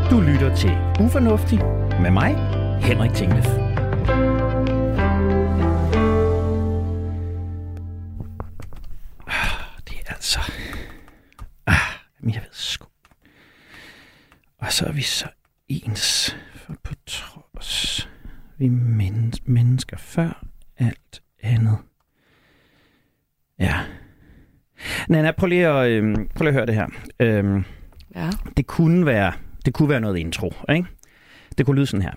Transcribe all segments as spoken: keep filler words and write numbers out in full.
Du lytter til Ufornuftig med mig, Henrik Tinglef. Det er altså... Ah, jeg ved sgu. Og så er vi så ens, for på trods vi men- mennesker før alt andet. Ja. Nana, prøv lige at, øh, prøv lige at høre det her. Øhm, ja. Det kunne være, det kunne være noget intro, ikke? Det kunne lyde sådan her.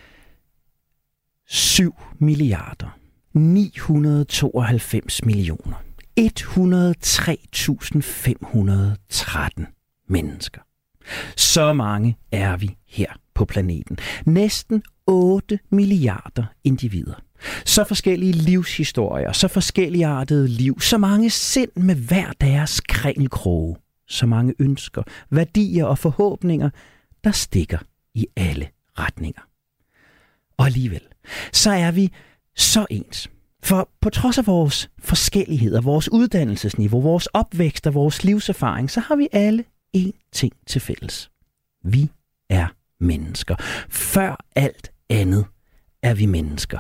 syv milliarder ni hundrede og tooghalvfems millioner et hundrede og tre tusind fem hundrede og tretten mennesker. Så mange er vi her på planeten. Næsten otte milliarder individer. Så forskellige livshistorier, så forskelligartede liv, så mange sind med hver deres kringelkroge, så mange ønsker, værdier og forhåbninger, der stikker i alle retninger. Og alligevel, så er vi så ens. For på trods af vores forskelligheder, vores uddannelsesniveau, vores opvækst og vores livserfaring, så har vi alle én ting til fælles. Vi er mennesker. Før alt andet er vi mennesker.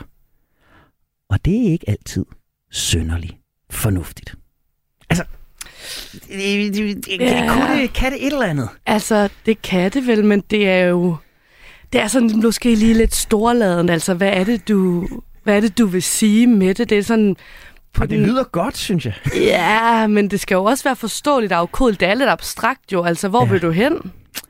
Og det er ikke altid synderligt fornuftigt. Altså, det, det, det, ja. kan, det, kan det et eller andet? Altså, det kan det vel, men det er jo... Det er sådan måske lige lidt storladent. Altså, hvad er det, du, hvad er det, du vil sige med det? Det er sådan... Og det lyder godt, synes jeg. Ja, men det skal jo også være forståeligt og afkodeligt. Det er lidt abstrakt jo. Altså, hvor ja. vil du hen?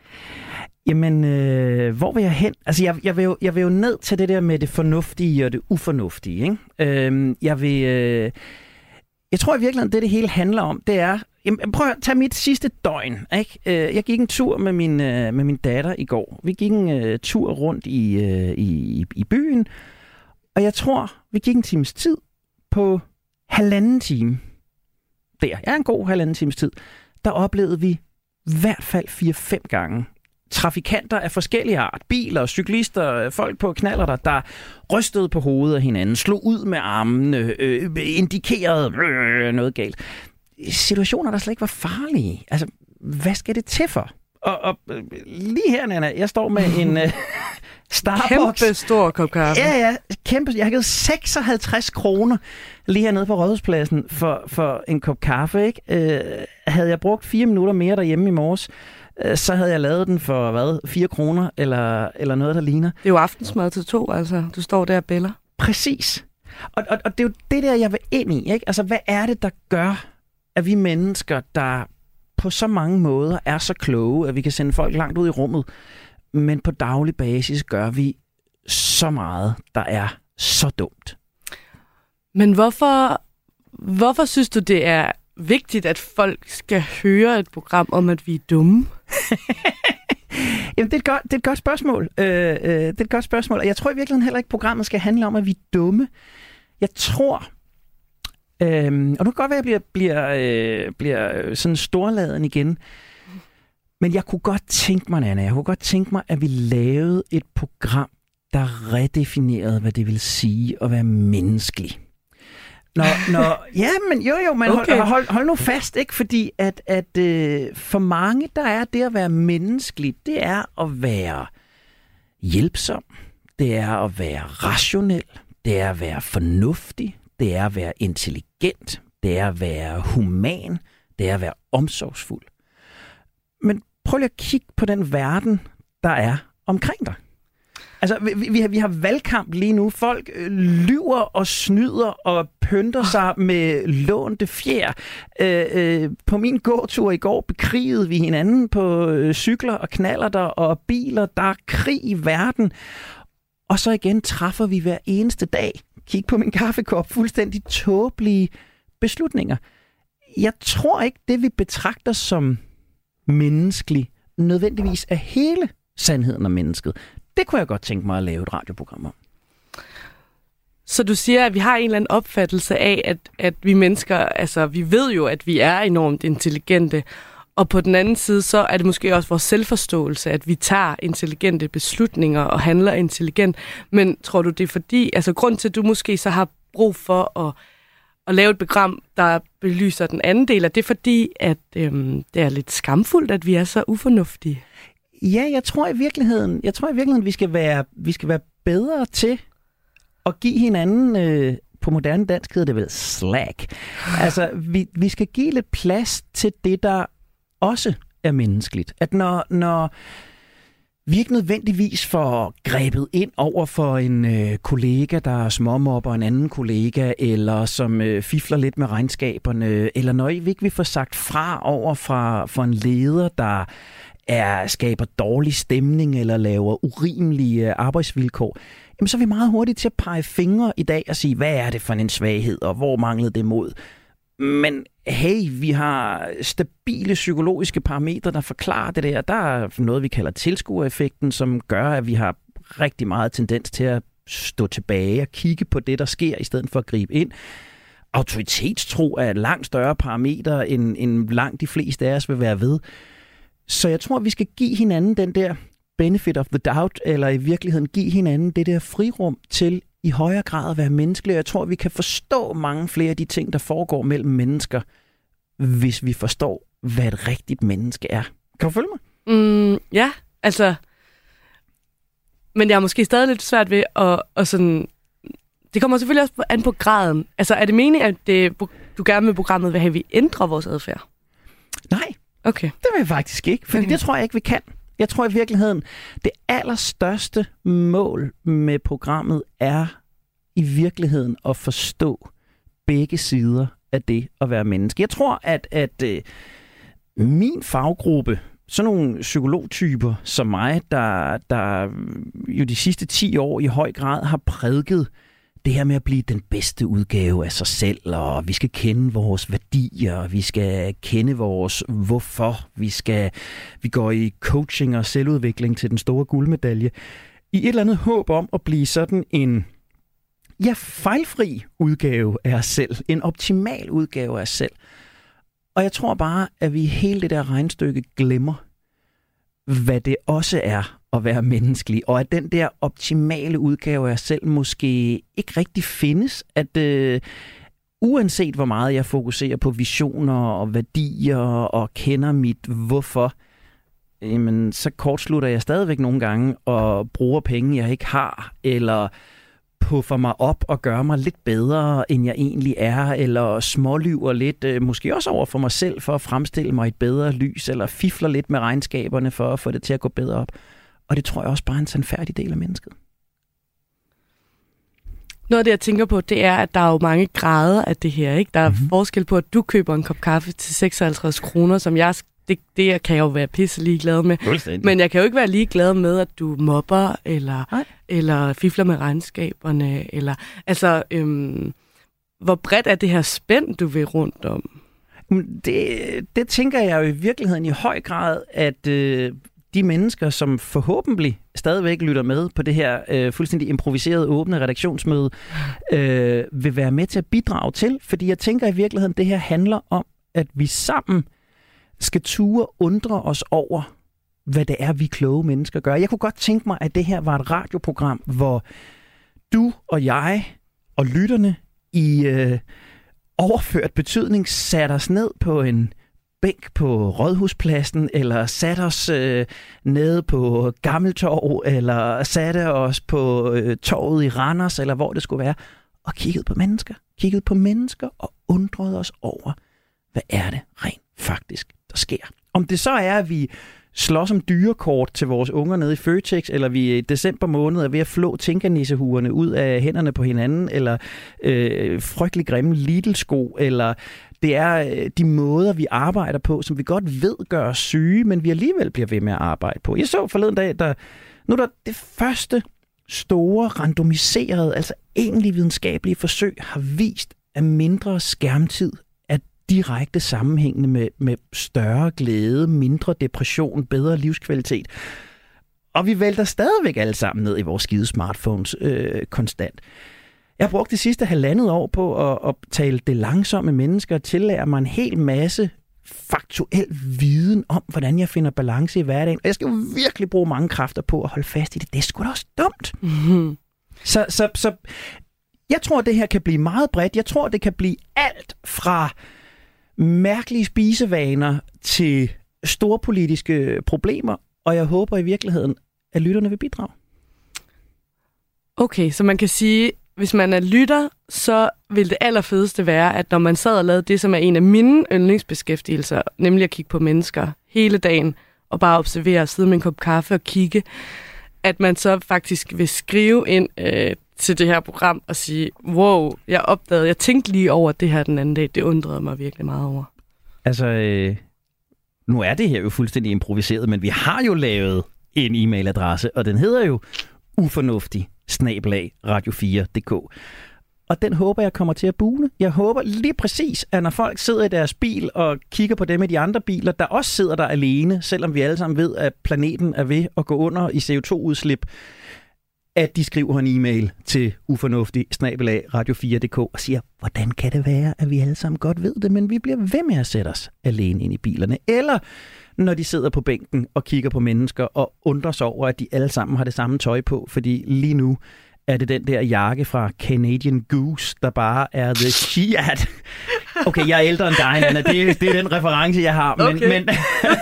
Jamen, øh, hvor vil jeg hen? Altså, jeg, jeg, vil jo, jeg vil jo ned til det der med det fornuftige og det ufornuftige, ikke? Øh, jeg vil... Øh, jeg tror i virkeligheden, det det hele handler om, det er... Jamen, prøv at tage mit sidste døgn, ikke? Øh, jeg gik en tur med min, øh, med min datter i går. Vi gik en øh, tur rundt i, øh, i, i byen, og jeg tror, vi gik en times tid på halvanden time. Der, ja, en god halvanden times tid. Der oplevede vi i hvert fald fire-fem gange trafikanter af forskellige art, biler, cyklister, folk på knallerter, der rystede på hovedet af hinanden, slog ud med armene, øh, indikerede øh, noget galt. Situationer, der slet ikke var farlige. Altså, hvad skal det til for? Og, og lige her, Nana, jeg står med en øh, Starbucks. Kæmpe stor kop kaffe. Ja, ja, kæmpe. Jeg har givet seksoghalvtreds kroner lige hernede på Rådhuspladsen for, for en kop kaffe, ikke? Øh, havde jeg brugt fire minutter mere derhjemme i morges, øh, så havde jeg lavet den for, hvad, fire kroner, eller, eller noget, der ligner. Det er jo aftensmad til to, altså. Du står der og bæller. Præcis. Og, og, og det er jo det der, jeg vil ind i, ikke? Altså, hvad er det, der gør, at vi mennesker, der på så mange måder er så kloge, at vi kan sende folk langt ud i rummet, men på daglig basis gør vi så meget, der er så dumt. Men hvorfor, hvorfor synes du, det er vigtigt, at folk skal høre et program om, at vi er dumme? Jamen, det er, et godt, det er et godt spørgsmål. Øh, øh, det er et godt spørgsmål, og jeg tror i virkeligheden heller ikke, at programmet skal handle om, at vi er dumme. Jeg tror... Øhm, og nu kan det godt være, at jeg bliver, bliver, øh, bliver sådan storladen igen. Men jeg kunne godt tænke mig, Nana, jeg kunne godt tænke mig, at vi lavede et program, der redefinerede, hvad det vil sige at være menneskelig. Når, når, ja, men jo, jo, men okay. hold, hold, hold nu fast, ikke? Fordi at, at øh, for mange, der er det at være menneskelig, det er at være hjælpsom, det er at være rationel, det er at være fornuftig, det er at være intelligent, det er at være human, det er at være omsorgsfuld. Men prøv lige at kigge på den verden, der er omkring dig. Altså, vi, vi, har, vi har valgkamp lige nu. Folk øh, lyver og snyder og pynter sig med lånte fjer. Øh, øh, på min gåtur i går bekrigede vi hinanden på øh, cykler og knallerter og biler. Der er krig i verden. Og så igen træffer vi hver eneste dag, kig på min kaffekop, fuldstændig tåbelige beslutninger. Jeg tror ikke, det vi betragter som menneskelig, nødvendigvis er hele sandheden om mennesket. Det kunne jeg godt tænke mig at lave et radioprogram om. Så du siger, at vi har en eller anden opfattelse af, at, at vi mennesker, altså vi ved jo, at vi er enormt intelligente, og på den anden side, så er det måske også vores selvforståelse, at vi tager intelligente beslutninger og handler intelligent. Men tror du, det er fordi, altså grund til, at du måske så har brug for at, at lave et program, der belyser den anden del, er det fordi, at øhm, det er lidt skamfuldt, at vi er så ufornuftige? Ja, jeg tror i virkeligheden, jeg tror i virkeligheden, vi skal være, vi skal være bedre til at give hinanden, øh, på moderne dansk hedder det vel slack. Altså, vi, vi skal give lidt plads til det, der også er menneskeligt. At når, når vi ikke nødvendigvis får grebet ind over for en øh, kollega, der småmobber en anden kollega, eller som øh, fifler lidt med regnskaberne, eller når vi ikke vil få sagt fra over fra, for en leder, der er, skaber dårlig stemning eller laver urimelige arbejdsvilkår, jamen så er vi meget hurtigt til at pege fingre i dag og sige, hvad er det for en svaghed, og hvor manglede det mod? Men hey, vi har stabile psykologiske parametre, der forklarer det der. Der er noget, vi kalder tilskuereffekten, som gør, at vi har rigtig meget tendens til at stå tilbage og kigge på det, der sker, i stedet for at gribe ind. Autoritetstro er et langt større parameter, end, end langt de fleste af os vil være ved. Så jeg tror, vi skal give hinanden den der benefit of the doubt, eller i virkeligheden give hinanden det der frirum til i højere grad at være menneskelig. Jeg tror, vi kan forstå mange flere af de ting, der foregår mellem mennesker, hvis vi forstår, hvad et rigtigt menneske er. Kan du følge mig? Mm, ja, altså... Men jeg er måske stadig lidt svært ved at, at sådan... Det kommer selvfølgelig også an på graden. Altså, er det meningen, at det, du gerne med programmet vil have, at vi ændrer vores adfærd? Nej, okay. Det vil jeg faktisk ikke, for okay. Det tror jeg ikke, vi kan. Jeg tror i virkeligheden, det allerstørste mål med programmet er i virkeligheden at forstå begge sider af det at være menneske. Jeg tror, at, at øh, min faggruppe, sådan nogle psykologtyper som mig, der, der jo de sidste ti år i høj grad har prædiket det her med at blive den bedste udgave af sig selv, og vi skal kende vores værdier, vi skal kende vores hvorfor, vi skal vi går i coaching og selvudvikling til den store guldmedalje, i et eller andet håb om at blive sådan en ja, fejlfri udgave af os selv, en optimal udgave af os selv. Og jeg tror bare, at vi hele det der regnestykke glemmer, hvad det også er at være menneskelig, og at den der optimale udgave af os selv måske ikke rigtig findes, at øh, uanset hvor meget jeg fokuserer på visioner og værdier og kender mit hvorfor, jamen, så kortslutter jeg stadigvæk nogle gange og bruger penge, jeg ikke har, eller puffer mig op og gør mig lidt bedre, end jeg egentlig er, eller smålyver lidt, øh, måske også over for mig selv, for at fremstille mig et bedre lys, eller fifler lidt med regnskaberne for at få det til at gå bedre op. Og det tror jeg også bare er en sandfærdig del af mennesket. Noget af det, jeg tænker på, det er, at der er jo mange grader af det her, ikke? Der er mm-hmm. forskel på, at du køber en kop kaffe til seksoghalvtreds kroner, som jeg, det, det kan jeg jo være pisse ligeglad med. Men jeg kan jo ikke være ligeglad med, at du mobber, eller, eller fifler med regnskaberne, eller, altså, øhm, hvor bredt er det her spænd, du vil rundt om? Det, det tænker jeg jo i virkeligheden i høj grad, at øh, de mennesker, som forhåbentlig stadigvæk lytter med på det her øh, fuldstændig improviserede, åbne redaktionsmøde, øh, vil være med til at bidrage til. Fordi jeg tænker i virkeligheden, det her handler om, at vi sammen skal ture undre os over, hvad det er, vi kloge mennesker gør. Jeg kunne godt tænke mig, at det her var et radioprogram, hvor du og jeg og lytterne i øh, overført betydning satte os ned på en bænk på Rådhuspladsen, eller satte os øh, nede på Gammeltorv, eller satte os på øh, torvet i Randers, eller hvor det skulle være, og kiggede på mennesker. Kiggede på mennesker og undrede os over, hvad er det rent faktisk, der sker. Om det så er, at vi slås om dyrekort til vores unger nede i Føtex, eller vi i december måned er ved at flå tinkernissehuerne ud af hænderne på hinanden, eller øh, frygtelig grimme Lidl-sko, eller det er de måder, vi arbejder på, som vi godt ved gør os syge, men vi alligevel bliver ved med at arbejde på. Jeg så forleden dag, der nu er der det første store, randomiserede, altså egentlig videnskabelige forsøg, har vist, at mindre skærmtid er direkte sammenhængende med, med større glæde, mindre depression, bedre livskvalitet. Og vi vælter stadigvæk alle sammen ned i vores skide smartphones øh, konstant. Jeg har brugt det sidste halvandet år på at, at tale det langsomme mennesker og tillære mig en hel masse faktuel viden om, hvordan jeg finder balance i hverdagen. Og jeg skal jo virkelig bruge mange kræfter på at holde fast i det. Det er sgu da også dumt. Mm-hmm. Så, så, så jeg tror, det her kan blive meget bredt. Jeg tror, det kan blive alt fra mærkelige spisevaner til store politiske problemer. og jeg håber i virkeligheden, at lytterne vil bidrage. Okay, så man kan sige, hvis man er lytter, så vil det allerfedeste være, at når man sad og lavede det, som er en af mine yndlingsbeskæftigelser, nemlig at kigge på mennesker hele dagen, og bare observere, sidde med en kop kaffe og kigge, at man så faktisk vil skrive ind øh, til det her program og sige, wow, jeg opdagede, jeg tænkte lige over det her den anden dag, det undrede mig virkelig meget over. Altså, øh, nu er det her jo fuldstændig improviseret, men vi har jo lavet en e-mailadresse, og den hedder jo ufornuftig snabel-a radio fire punktum d k. Og den håber jeg kommer til at bune. Jeg håber lige præcis, at når folk sidder i deres bil og kigger på dem i de andre biler, der også sidder der alene, selvom vi alle sammen ved, at planeten er ved at gå under i C O to udslip, at de skriver en e-mail til ufornuftig snabel-a radio fire punktum d k og siger, hvordan kan det være, at vi alle sammen godt ved det, men vi bliver ved med at sætte os alene ind i bilerne. Eller når de sidder på bænken og kigger på mennesker og undrer sig over, at de alle sammen har det samme tøj på, fordi lige nu er det den der jakke fra Canadian Goose, der bare er the shit. Okay, jeg er ældre end dig, Anna. Det, det er den reference, jeg har. Men, okay. men,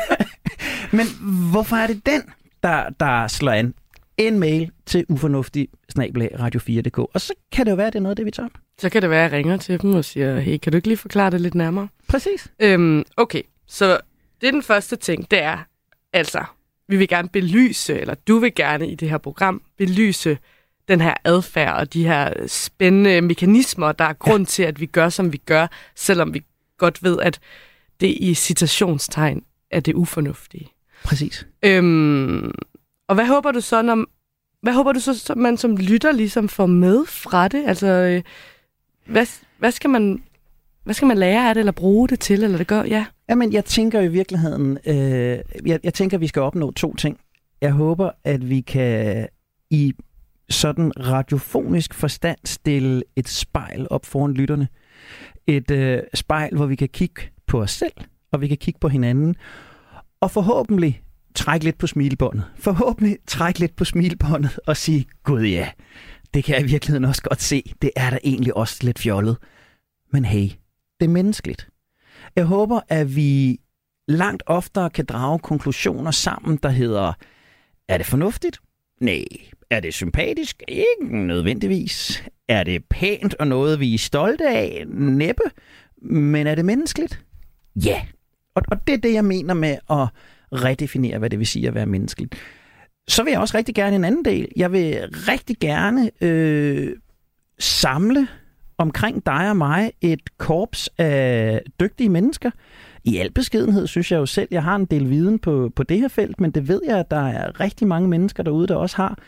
men hvorfor er det den, der, der slår an? En mail til ufornuftig snabel-a radio fire punktum d k. Og så kan det jo være, at det er noget af det, vi tager. Så kan det være, at jeg ringer til dem og siger, hey, kan du ikke lige forklare det lidt nærmere? Præcis. Øhm, okay, så det er den første ting, det er, altså, vi vil gerne belyse, eller du vil gerne i det her program belyse den her adfærd og de her spændende mekanismer, der er grund ja. til, at vi gør, som vi gør, selvom vi godt ved, at det i citationstegn er det ufornuftige. Præcis. Øhm, og hvad håber du så, når, hvad håber du så, så man som lytter ligesom får med fra det? Altså, øh, hvad, hvad skal man... Hvad skal man lære af det, eller bruge det til, eller det gør? Ja. Jamen, jeg tænker i virkeligheden, øh, jeg, jeg tænker, at vi skal opnå to ting. Jeg håber, at vi kan i sådan radiofonisk forstand stille et spejl op foran lytterne. Et øh, spejl, hvor vi kan kigge på os selv, og vi kan kigge på hinanden, og forhåbentlig trække lidt på smilebåndet. Forhåbentlig trække lidt på smilebåndet og sige, gud ja, det kan jeg i virkeligheden også godt se. Det er da egentlig også lidt fjollet. Men hey, det er menneskeligt. Jeg håber, at vi langt oftere kan drage konklusioner sammen, der hedder, er det fornuftigt? Nej. Er det sympatisk? Ikke nødvendigvis. Er det pænt og noget, vi er stolte af? Næppe. Men er det menneskeligt? Ja. Og, og det er det, jeg mener med at redefinere, hvad det vil sige at være menneskeligt. Så vil jeg også rigtig gerne en anden del. Jeg vil rigtig gerne øh, samle omkring dig og mig et korps af dygtige mennesker. I al beskedenhed synes jeg jo selv, jeg har en del viden på, på det her felt, men det ved jeg, at der er rigtig mange mennesker derude, der også har.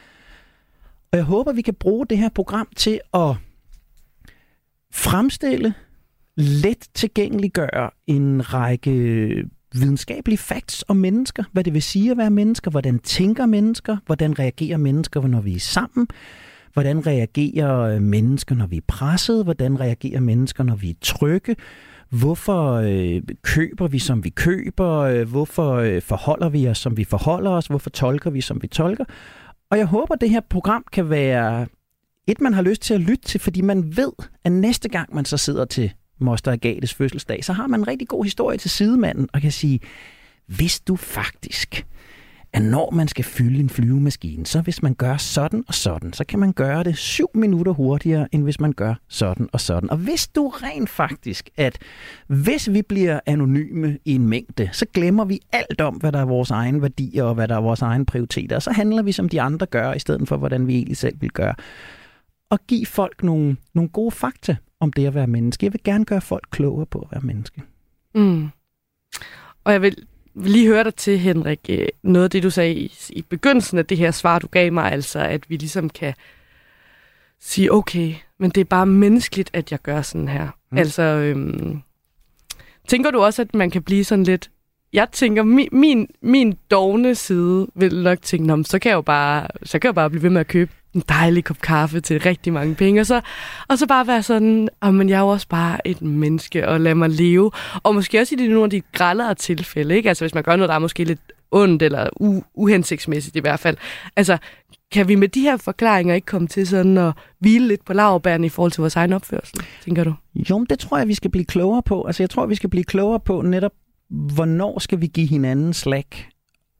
Og jeg håber, vi kan bruge det her program til at fremstille, let tilgængeliggøre en række videnskabelige facts om mennesker. Hvad det vil sige at være mennesker, hvordan tænker mennesker, hvordan reagerer mennesker, når vi er sammen, hvordan reagerer mennesker, når vi er presset, hvordan reagerer mennesker, når vi er trygge, hvorfor øh, køber vi, som vi køber, øh, hvorfor øh, forholder vi os, som vi forholder os, hvorfor tolker vi, som vi tolker. Og jeg håber, at det her program kan være et, man har lyst til at lytte til, fordi man ved, at næste gang man så sidder til Moster Agates fødselsdag, så har man en rigtig god historie til sidemanden og kan sige, hvis du faktisk, at når man skal fylde en flyvemaskine, så hvis man gør sådan og sådan, så kan man gøre det syv minutter hurtigere, end hvis man gør sådan og sådan. Og hvis du rent faktisk, at hvis vi bliver anonyme i en mængde, så glemmer vi alt om, hvad der er vores egen værdier og hvad der er vores egen prioriteter. Og så handler vi, som de andre gør, i stedet for, hvordan vi egentlig selv vil gøre. Og give folk nogle, nogle gode fakta om det at være menneske. Jeg vil gerne gøre folk klogere på at være menneske. Mm. Og jeg vil vil lige høre dig til, Henrik, noget af det, du sagde i, i begyndelsen af det her svar, du gav mig, altså at vi ligesom kan sige, okay, men det er bare menneskeligt, at jeg gør sådan her. Mm. Altså, øhm, tænker du også, at man kan blive sådan lidt, jeg tænker, min, min, min dovne side vil nok tænke, nå, så kan jeg jo bare, så kan jeg bare blive ved med at købe en dejlig kop kaffe til rigtig mange penge, og så, og så bare være sådan, oh, men jeg er jo også bare et menneske, og lad mig leve. Og måske også i det, nogle af de grellere tilfælde, ikke? Altså hvis man gør noget, der er måske lidt ondt, eller u- uhensigtsmæssigt i hvert fald. Altså, kan vi med de her forklaringer ikke komme til sådan at hvile lidt på laurbærene i forhold til vores egen opførsel, tænker du? Jo, det tror jeg, vi skal blive klogere på. Altså jeg tror, vi skal blive klogere på netop, hvornår skal vi give hinanden slack,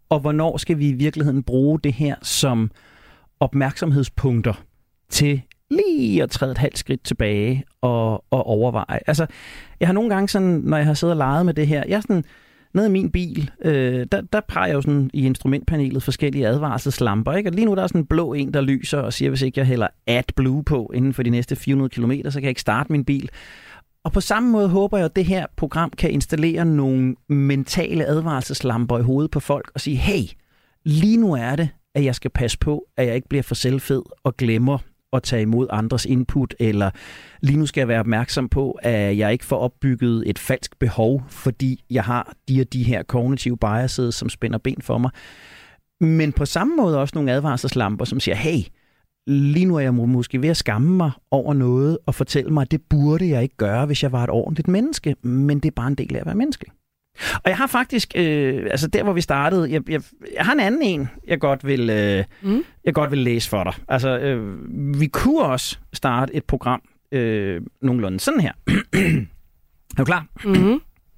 og hvornår skal vi i virkeligheden bruge det her som opmærksomhedspunkter til lige at træde et halvt skridt tilbage og, og overveje. Altså, jeg har nogle gange sådan, når jeg har siddet og leget med det her, jeg er sådan, nede i min bil, øh, der, der peger jeg jo sådan i instrumentpanelet forskellige advarselslamper, ikke? Og lige nu der er sådan en blå en, der lyser og siger, hvis ikke jeg hælder AdBlue på inden for de næste fire hundrede kilometer, så kan jeg ikke starte min bil. Og på samme måde håber jeg, at det her program kan installere nogle mentale advarselslamper i hovedet på folk og sige, hey, lige nu er det, at jeg skal passe på, at jeg ikke bliver for selvfed og glemmer at tage imod andres input, eller lige nu skal jeg være opmærksom på, at jeg ikke får opbygget et falsk behov, fordi jeg har de og de her kognitive biases, som spænder ben for mig. Men på samme måde også nogle advarselslamper, som siger, hey, lige nu er jeg måske ved at skamme mig over noget og fortælle mig, at det burde jeg ikke gøre, hvis jeg var et ordentligt menneske, men det er bare en del af at være menneske. Og jeg har faktisk, øh, altså der hvor vi startede, jeg, jeg, jeg har en anden en, jeg godt vil, øh, mm. jeg godt vil læse for dig. Altså, øh, vi kunne også starte et program øh, nogenlunde sådan her. Er du klar? Mm-hmm.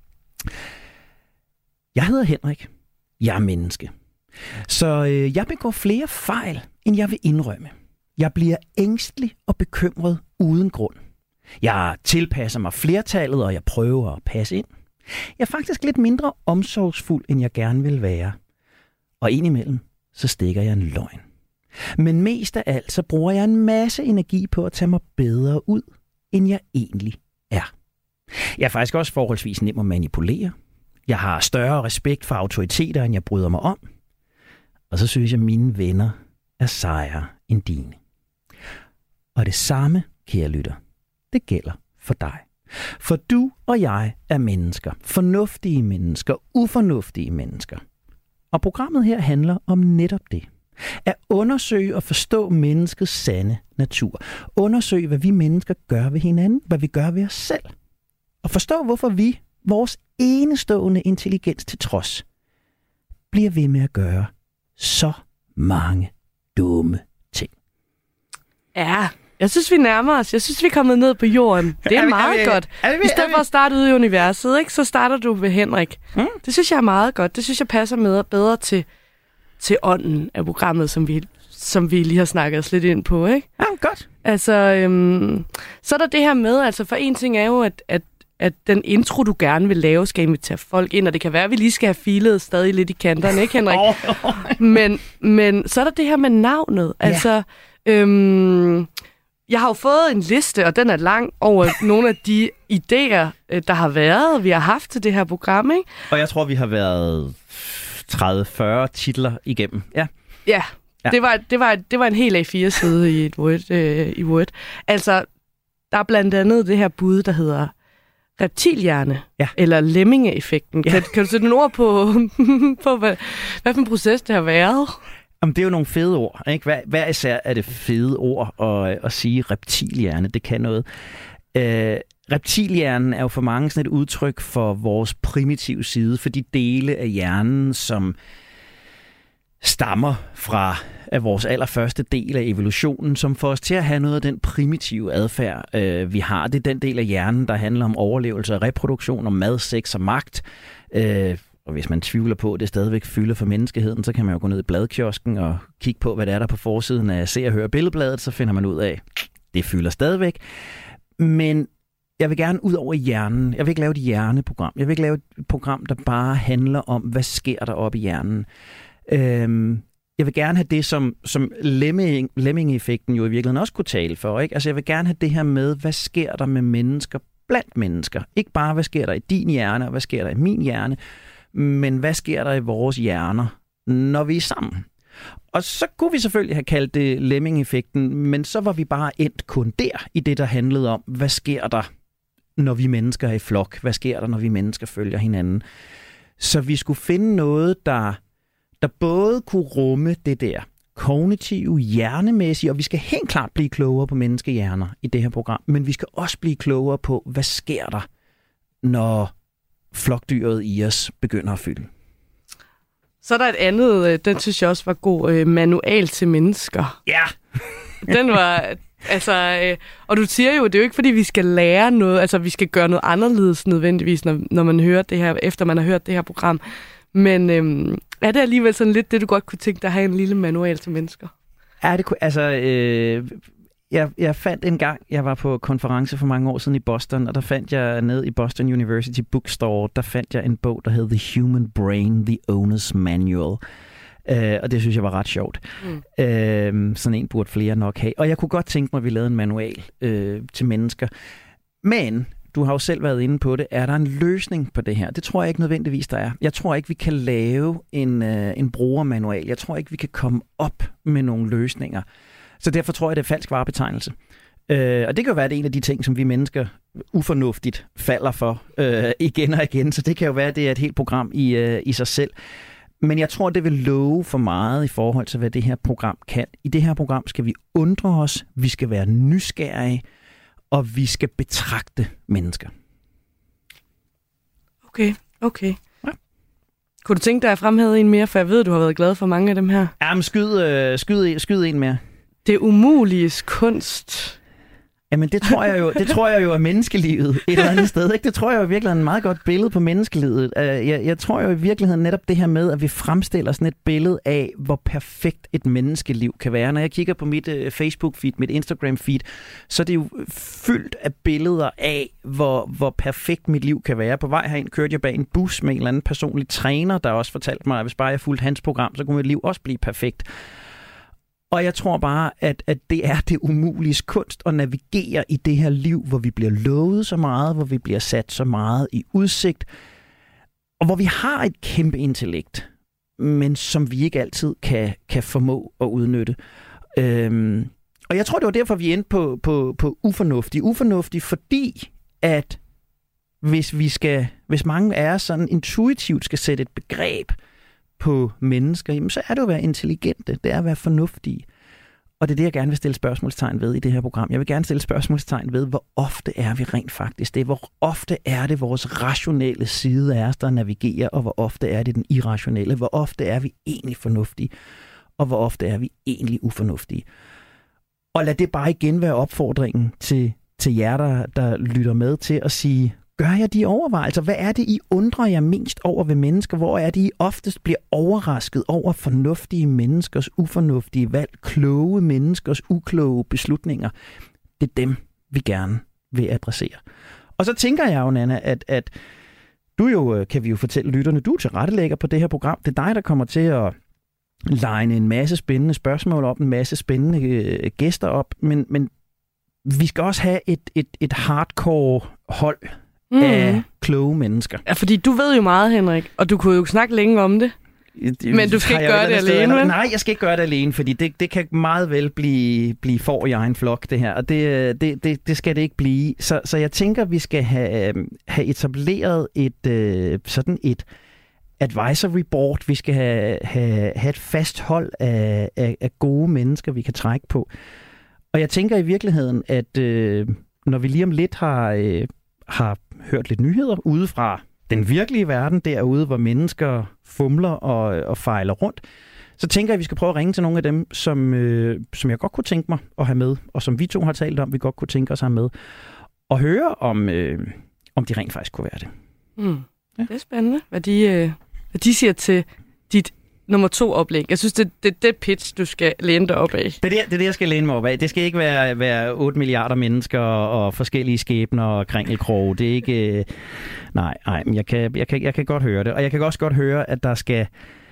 Jeg hedder Henrik. Jeg er menneske. Så øh, jeg begår flere fejl, end jeg vil indrømme. Jeg bliver ængstelig og bekymret uden grund. Jeg tilpasser mig flertallet, og jeg prøver at passe ind. Jeg er faktisk lidt mindre omsorgsfuld, end jeg gerne vil være. Og indimellem, så stikker jeg en løgn. Men mest af alt, så bruger jeg en masse energi på at tage mig bedre ud, end jeg egentlig er. Jeg er faktisk også forholdsvis nem at manipulere. Jeg har større respekt for autoriteter, end jeg bryder mig om. Og så synes jeg, at mine venner er sejere end dine. Og det samme, kære lytter, det gælder for dig. For du og jeg er mennesker. Fornuftige mennesker, ufornuftige mennesker. Og programmet her handler om netop det. At undersøge og forstå menneskets sande natur. Undersøge, hvad vi mennesker gør ved hinanden, hvad vi gør ved os selv. Og forstå, hvorfor vi, vores enestående intelligens til trods, bliver ved med at gøre så mange dumme ting. Ja, jeg synes, vi nærmer os. Jeg synes, vi er kommet ned på jorden. Det er, er vi, meget er vi, godt. Er vi, I stedet for at starte ude i universet, ikke, så starter du ved Henrik. Mm. Det synes jeg er meget godt. Det synes jeg passer med bedre til, til ånden af programmet, som vi, som vi lige har snakket os lidt ind på. Ikke? Ja, godt. Altså, øhm, så er der det her med, altså for en ting er jo, at, at, at den intro, du gerne vil lave, skal invitere folk ind, og det kan være, at vi lige skal have filet stadig lidt i kanterne, ikke Henrik? men, men så er der det her med navnet. Altså, ja. øhm, jeg har jo fået en liste, og den er lang, over nogle af de idéer, der har været, vi har haft til det her program, ikke? Og jeg tror, vi har været tredive fyrre titler igennem. Ja, ja, ja. Det, var, det, var, det var en hel A fire side i, et Word, øh, i Word. Altså, der er blandt andet det her bud, der hedder reptilhjerne, ja. Eller lemminge-effekten. Ja. Kan, kan du sætte nogle ord på, på hvad, hvad for en proces det har været? Jamen, det er jo nogle fede ord, ikke? Hver, hver især er det fede ord at, at sige reptilhjerne. Det kan noget. Øh, reptilhjernen er jo for mange sådan et udtryk for vores primitive side, for de dele af hjernen, som stammer fra af vores allerførste del af evolutionen, som får os til at have noget af den primitive adfærd, øh, vi har. Det er den del af hjernen, der handler om overlevelse og reproduktion, om mad, sex og magt. Øh, og hvis man tvivler på, at det stadigvæk fylder for menneskeheden, så kan man jo gå ned i bladkiosken og kigge på, hvad der er der på forsiden af Se og Hør Billedbladet, så finder man ud af, det fylder stadigvæk. Men jeg vil gerne ud over hjernen. Jeg vil ikke lave et hjerneprogram. Jeg vil ikke lave et program, der bare handler om, hvad sker der oppe i hjernen. Øhm, jeg vil gerne have det, som, som lemming, lemming-effekten jo i virkeligheden også kunne tale for. Ikke? Altså jeg vil gerne have det her med, hvad sker der med mennesker blandt mennesker. Ikke bare, hvad sker der i din hjerne, og hvad sker der i min hjerne, men hvad sker der i vores hjerner, når vi er sammen. Og så kunne vi selvfølgelig have kaldt det lemming-effekten, men så var vi bare endt kun der i det, der handlede om, hvad sker der, når vi mennesker er i flok? Hvad sker der, når vi mennesker følger hinanden? Så vi skulle finde noget, der, der både kunne rumme det der kognitive, hjernemæssige, og vi skal helt klart blive klogere på menneskehjerner i det her program, men vi skal også blive klogere på, hvad sker der, når flokdyret i os begynder at fylde. Så er der et andet, den synes jeg også var god, manual til mennesker. Ja! Den var, altså, og du siger jo, det er jo ikke fordi, vi skal lære noget, altså vi skal gøre noget anderledes nødvendigvis, når, når man hører det her, efter man har hørt det her program. Men øhm, Er det alligevel sådan lidt det, du godt kunne tænke dig at have en lille manual til mennesker? Er det, altså, øh, jeg, jeg fandt en gang, jeg var på konference for mange år siden i Boston, og der fandt jeg ned i Boston University Bookstore, der fandt jeg en bog, der hed The Human Brain, The Owner's Manual. Uh, og det synes jeg var ret sjovt. Mm. Uh, sådan en burde flere nok have. Og jeg kunne godt tænke mig, at vi lavede en manual uh, til mennesker. Men du har jo selv været inde på det. Er der en løsning på det her? Det tror jeg ikke nødvendigvis, der er. Jeg tror ikke, vi kan lave en, uh, en brugermanual. Jeg tror ikke, vi kan komme op med nogle løsninger. Så derfor tror jeg, det er falsk varebetegnelse. Uh, og det kan jo være, at det er en af de ting, som vi mennesker ufornuftigt falder for uh, igen og igen. Så det kan jo være, at det er et helt program i, uh, i sig selv. Men jeg tror, det vil love for meget i forhold til, hvad det her program kan. I det her program skal vi undre os, vi skal være nysgerrige, og vi skal betragte mennesker. Okay, okay. Ja. Kunne du tænke dig at fremhæve en mere, for jeg ved, du har været glad for mange af dem her? Jamen, skyd, øh, skyd, skyd en mere. Det umuliges kunst. Jamen, det tror jeg jo, det tror jeg jo er menneskelivet et eller andet sted. Ikke? Det tror jeg jo virkelig er en meget godt billede på menneskelivet. Jeg, jeg tror jo i virkeligheden netop det her med, at vi fremstiller sådan et billede af, hvor perfekt et menneskeliv kan være. Når jeg kigger på mit uh, Facebook-feed, mit Instagram-feed, så er det jo fyldt af billeder af, hvor, hvor perfekt mit liv kan være. På vej herind kørte jeg bag en bus med en eller anden personlig træner, der også fortalte mig, at hvis bare jeg fulgte hans program, så kunne mit liv også blive perfekt. Og jeg tror bare, at, at det er det umulige kunst at navigere i det her liv, hvor vi bliver lovet så meget, hvor vi bliver sat så meget i udsigt, og hvor vi har et kæmpe intellekt, men som vi ikke altid kan, kan formå at udnytte. Øhm, og jeg tror, det var derfor, vi endte på, på, på ufornuftig. Ufornuftig, fordi at hvis, vi skal, hvis mange af os sådan intuitivt skal sætte et begreb på mennesker, jamen, så er det at være intelligente, det er at være fornuftige. Og det er det, jeg gerne vil stille spørgsmålstegn ved i det her program. Jeg vil gerne stille spørgsmålstegn ved, hvor ofte er vi rent faktisk det? Hvor ofte er det vores rationelle side af os, der navigerer, og hvor ofte er det den irrationelle? Hvor ofte er vi egentlig fornuftige, og hvor ofte er vi egentlig ufornuftige? Og lad det bare igen være opfordringen til, til jer, der, der lytter med til at sige, gør jeg de overvejelser? Hvad er det, I undrer jer mest over ved mennesker? Hvor er det, I oftest bliver overrasket over fornuftige menneskers ufornuftige valg, kloge menneskers ukloge beslutninger? Det er dem, vi gerne vil adressere. Og så tænker jeg jo, Nanna, at, at du jo, kan vi jo fortælle lytterne, du er tilrettelægger på det her program. Det er dig, der kommer til at line en masse spændende spørgsmål op, en masse spændende øh, gæster op, men, men vi skal også have et, et, et hardcore hold Mm. af kloge mennesker. Ja, fordi du ved jo meget, Henrik, og du kunne jo snakke længe om det. det men du skal ikke gøre det alene, vel? Nej, jeg skal ikke gøre det alene, fordi det, det kan meget vel blive, blive for i egen flok, det her. Og det, det, det, det skal det ikke blive. Så, så jeg tænker, vi skal have, have etableret et øh, sådan et advisory board. Vi skal have, have, have et fast hold af, af, af gode mennesker, vi kan trække på. Og jeg tænker i virkeligheden, at øh, når vi lige om lidt har... Øh, har hørt lidt nyheder ude fra den virkelige verden, derude, hvor mennesker fumler og, og fejler rundt, så tænker jeg, at vi skal prøve at ringe til nogle af dem, som, øh, som jeg godt kunne tænke mig at have med, og som vi to har talt om, vi godt kunne tænke os at have med, og høre, om, øh, om de rent faktisk kunne være det. Mm. Ja. Det er spændende, hvad de, øh, hvad de siger til dit nummer to oplæg. Jeg synes, det er det, det pitch, du skal læne dig op af. Det er det, det er det, jeg skal læne mig op af. Det skal ikke være, være otte milliarder mennesker og forskellige skæbner og kringelkroge. Det er ikke... Øh, nej, nej, men jeg kan, jeg, kan, jeg kan godt høre det. Og jeg kan også godt høre, at der skal,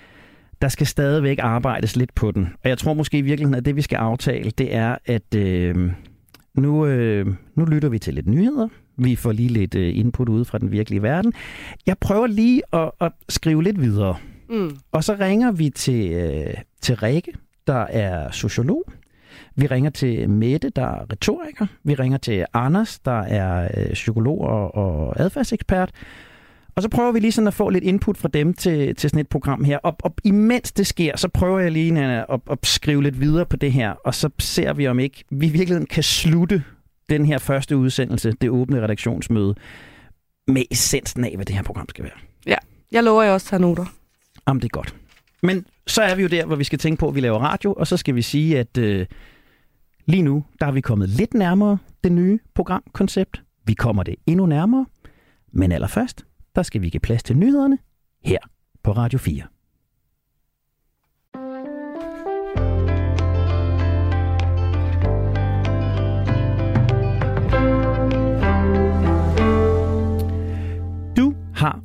der skal stadigvæk arbejdes lidt på den. Og jeg tror måske i virkeligheden, at det, vi skal aftale, det er, at øh, nu, øh, nu lytter vi til lidt nyheder. Vi får lige lidt øh, input ude fra den virkelige verden. Jeg prøver lige at, at skrive lidt videre. Mm. Og så ringer vi til, øh, til Rikke, der er sociolog. Vi ringer til Mette, der er retoriker. Vi ringer til Anders, der er øh, psykolog og, og adfærdsekspert. Og så prøver vi lige sådan at få lidt input fra dem til, til sådan et program her. Og, og imens det sker, så prøver jeg lige at, at, at skrive lidt videre på det her. Og så ser vi, om ikke vi i virkeligheden kan slutte den her første udsendelse, det åbne redaktionsmøde, med essensen af, hvad det her program skal være. Ja, jeg lover, at jeg også tager noter. Jamen, det er godt. Men så er vi jo der, hvor vi skal tænke på, at vi laver radio, og så skal vi sige, at øh, lige nu, der er vi kommet lidt nærmere det nye programkoncept. Vi kommer det endnu nærmere. Men allerførst, der skal vi give plads til nyhederne her på Radio fire.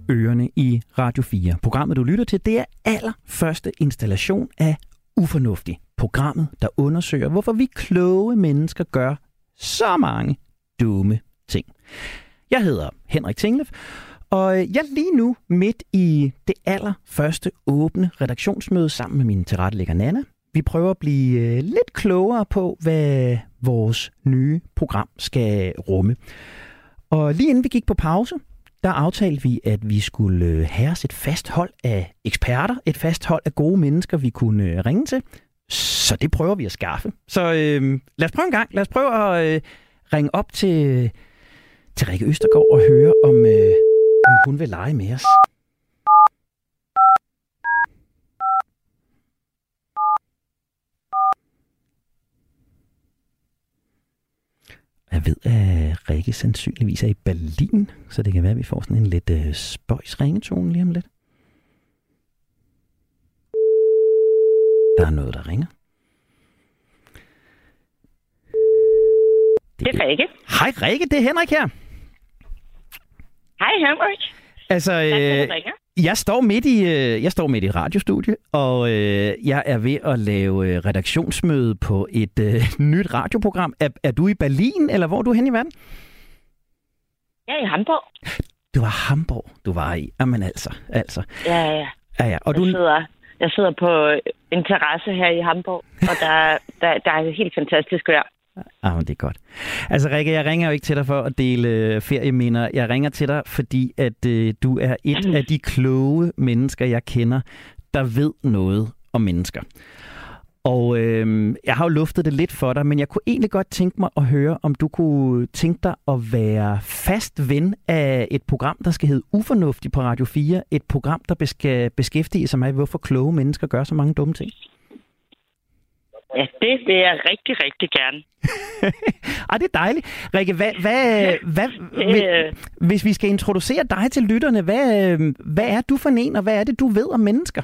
ørerne i Radio fire. Programmet, du lytter til, det er allerførste installation af Ufornuftig. Programmet, der undersøger, hvorfor vi kloge mennesker gør så mange dumme ting. Jeg hedder Henrik Tinglef, og jeg er lige nu midt i det allerførste åbne redaktionsmøde sammen med min tilrettelægger Nana. Vi prøver at blive lidt klogere på, hvad vores nye program skal rumme. Og lige inden vi gik på pause, der aftalte vi, at vi skulle have os et fast hold af eksperter, et fast hold af gode mennesker, vi kunne ringe til. Så det prøver vi at skaffe. Så øh, lad os prøve en gang. Lad os prøve at øh, ringe op til, til Rikke Østergaard og høre, om, øh, om hun vil lege med os. Jeg ved, at Rikke sandsynligvis er i Berlin, så det kan være, at vi får sådan en lidt øh, spøjs ringetone lige om lidt. Der er noget, der ringer. Det, det er Rikke. Hej Rikke, det er Henrik her. Hej Henrik. Altså, øh, jeg står midt i øh, jeg står midt i et radiostudie, og øh, jeg er ved at lave øh, redaktionsmøde på et øh, nyt radioprogram. Er, er du i Berlin, eller hvor er du hen i verden? Jeg er i Hamburg. Du var Hamburg, du var i. Jamen altså, altså. Ja, ja. Ja, ja. Og jeg, du... sidder, jeg sidder på en terrasse her i Hamburg, og der, der, der er helt fantastisk vejr. Ah, men det er godt. Altså Rikke, jeg ringer jo ikke til dig for at dele ferieminder. Jeg ringer til dig, fordi at øh, du er et af de kloge mennesker, jeg kender, der ved noget om mennesker. Og øh, jeg har jo luftet det lidt for dig, men jeg kunne egentlig godt tænke mig at høre, om du kunne tænke dig at være fast ven af et program, der skal hedde Ufornuftig på Radio fire. Et program, der skal beskæftige sig med, hvorfor kloge mennesker gør så mange dumme ting. Ja, det vil jeg rigtig, rigtig gerne. Ej, det er dejligt. Rikke, hvad, hvad, hvad, øh... hvis vi skal introducere dig til lytterne, hvad, hvad er du for en, og hvad er det, du ved om mennesker?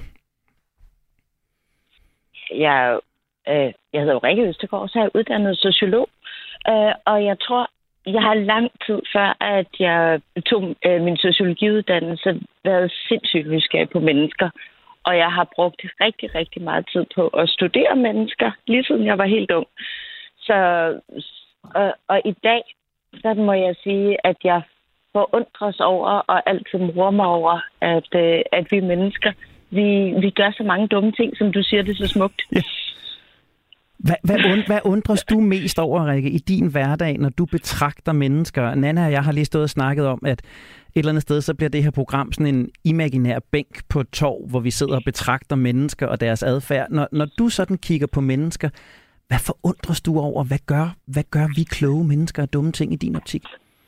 Jeg, øh, jeg hedder Rikke Østergaard, så er jeg uddannet sociolog, øh, og jeg tror, jeg har lang tid før, at jeg tog øh, min sociologiuddannelse, været sindssygt nysgerrig på mennesker. Og jeg har brugt rigtig, rigtig meget tid på at studere mennesker, lige siden jeg var helt ung. Så, og, og i dag, så må jeg sige, at jeg forundres over, og altid morer mig over, at, at vi mennesker, vi, vi gør så mange dumme ting, som du siger, det så smukt. Ja. Hvad, hvad, und, hvad undres du mest over, Rikke, i din hverdag, når du betragter mennesker? Nana og jeg har lige stået og snakket om, at et eller andet sted, så bliver det her program sådan en imaginær bænk på et torv, hvor vi sidder og betragter mennesker og deres adfærd. Når, når du sådan kigger på mennesker, hvad forundres du over? Hvad gør, hvad gør vi kloge mennesker af dumme ting i din optik?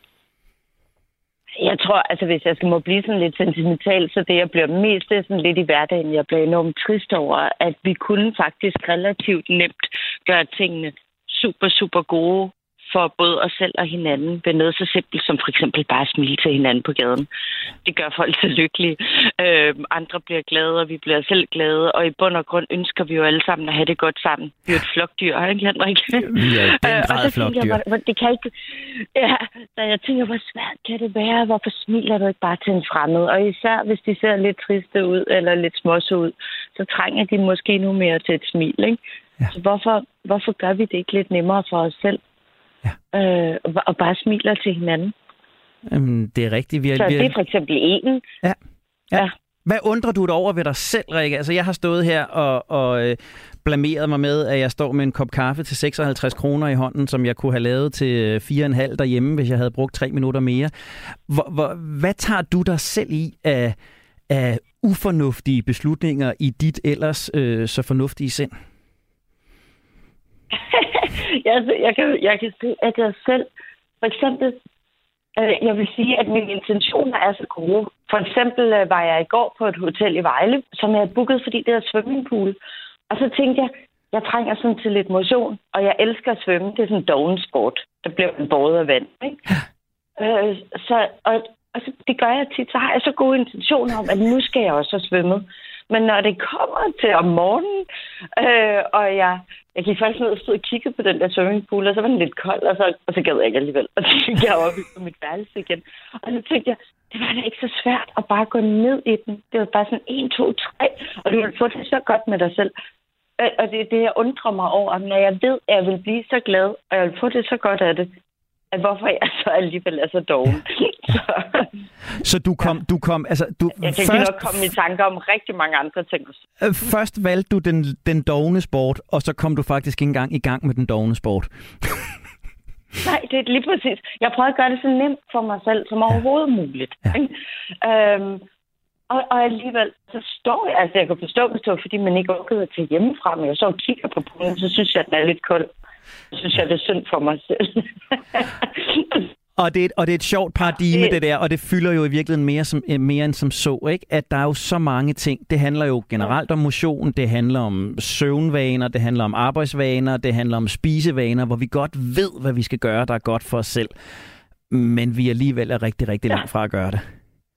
Jeg tror, altså hvis jeg skal må blive sådan lidt sentimental, så det jeg bliver mest, det er sådan lidt i hverdagen. Jeg bliver enormt trist over, at vi kunne faktisk relativt nemt gøre tingene super, super gode for både os selv og hinanden ved noget så simpelt som for eksempel bare at smile til hinanden på gaden. Det gør folk så lykkelige. Øh, andre bliver glade, og vi bliver selv glade, og i bund og grund ønsker vi jo alle sammen at have det godt sammen. Vi er jo et flokdyr, ikke Henrik? Vi er i den grad flokdyr. Jeg, det kan ikke... Ja, så jeg tænker, hvor svært kan det være? Hvorfor smiler du ikke bare til en fremmed? Og især hvis de ser lidt triste ud, eller lidt småse ud, så trænger de måske nu mere til et smil, ikke? Ja. Så hvorfor, hvorfor gør vi det ikke lidt nemmere for os selv? Ja. Øh, og bare smiler til hinanden. Jamen, det er rigtigt. Vi er, så vi er... det er for eksempel en. Ja. Ja. Ja. Hvad undrer du dig over ved dig selv, Rikke? Altså, jeg har stået her og, og øh, blameret mig med, at jeg står med en kop kaffe til seksoghalvtreds kroner i hånden, som jeg kunne have lavet til fire komma fem derhjemme, hvis jeg havde brugt tre minutter mere. Hvor, hvor, hvad tager du dig selv i af, af ufornuftige beslutninger i dit ellers øh, så fornuftige sind? jeg, jeg, kan, jeg kan se, at jeg selv, for eksempel, øh, jeg vil sige, at mine intentioner er så gode. For eksempel øh, var jeg i går på et hotel i Vejle, som jeg havde booket, fordi det er swimmingpool. Og så tænkte jeg, jeg trænger sådan til lidt motion, og jeg elsker at svømme. Det er sådan en doven sport. Der bliver en båret af vand, ikke? øh, så, og, og så, det gør jeg tit. Så har jeg så gode intentioner om, at nu skal jeg også have svømmet. Men når det kommer til om morgenen, øh, og jeg, jeg gik faktisk ned og stod og kiggede på den der swimmingpool, og så var den lidt kold, og så, og så gad jeg ikke alligevel. Og så gik jeg op på mit værelse igen. Og så tænkte jeg, det var da ikke så svært at bare gå ned i den. Det var bare sådan en, to, tre, og du ville få det så godt med dig selv. Og det er det, jeg undrer mig over, når jeg ved, at jeg vil blive så glad, og jeg vil få det så godt af det, at hvorfor jeg så alligevel er så doven. så, så du kom... Ja. Du kom altså, du, jeg kan først, nok komme i tanker om rigtig mange andre ting. Først valgte du den, den dovne sport, og så kom du faktisk ikke engang i gang med den dovne sport. Nej, det er lige præcis. Jeg prøvede at gøre det så nemt for mig selv, som overhovedet muligt. Ja. Øhm, og, og alligevel, så står jeg, altså jeg kan forstå, hvis det var, fordi man ikke orkede at tage hjemmefra, men jeg så og kigger på poolen, så synes jeg, at den er lidt kold. Så synes jeg, det er synd for mig selv. Og det, er, og det er et sjovt paradigme, det, det der, og det fylder jo i virkeligheden mere, som, mere end som så, ikke? At der er jo så mange ting. Det handler jo generelt om motion, det handler om søvnvaner, det handler om arbejdsvaner, det handler om spisevaner, hvor vi godt ved, hvad vi skal gøre, der er godt for os selv. Men vi alligevel er rigtig, rigtig langt fra at gøre det.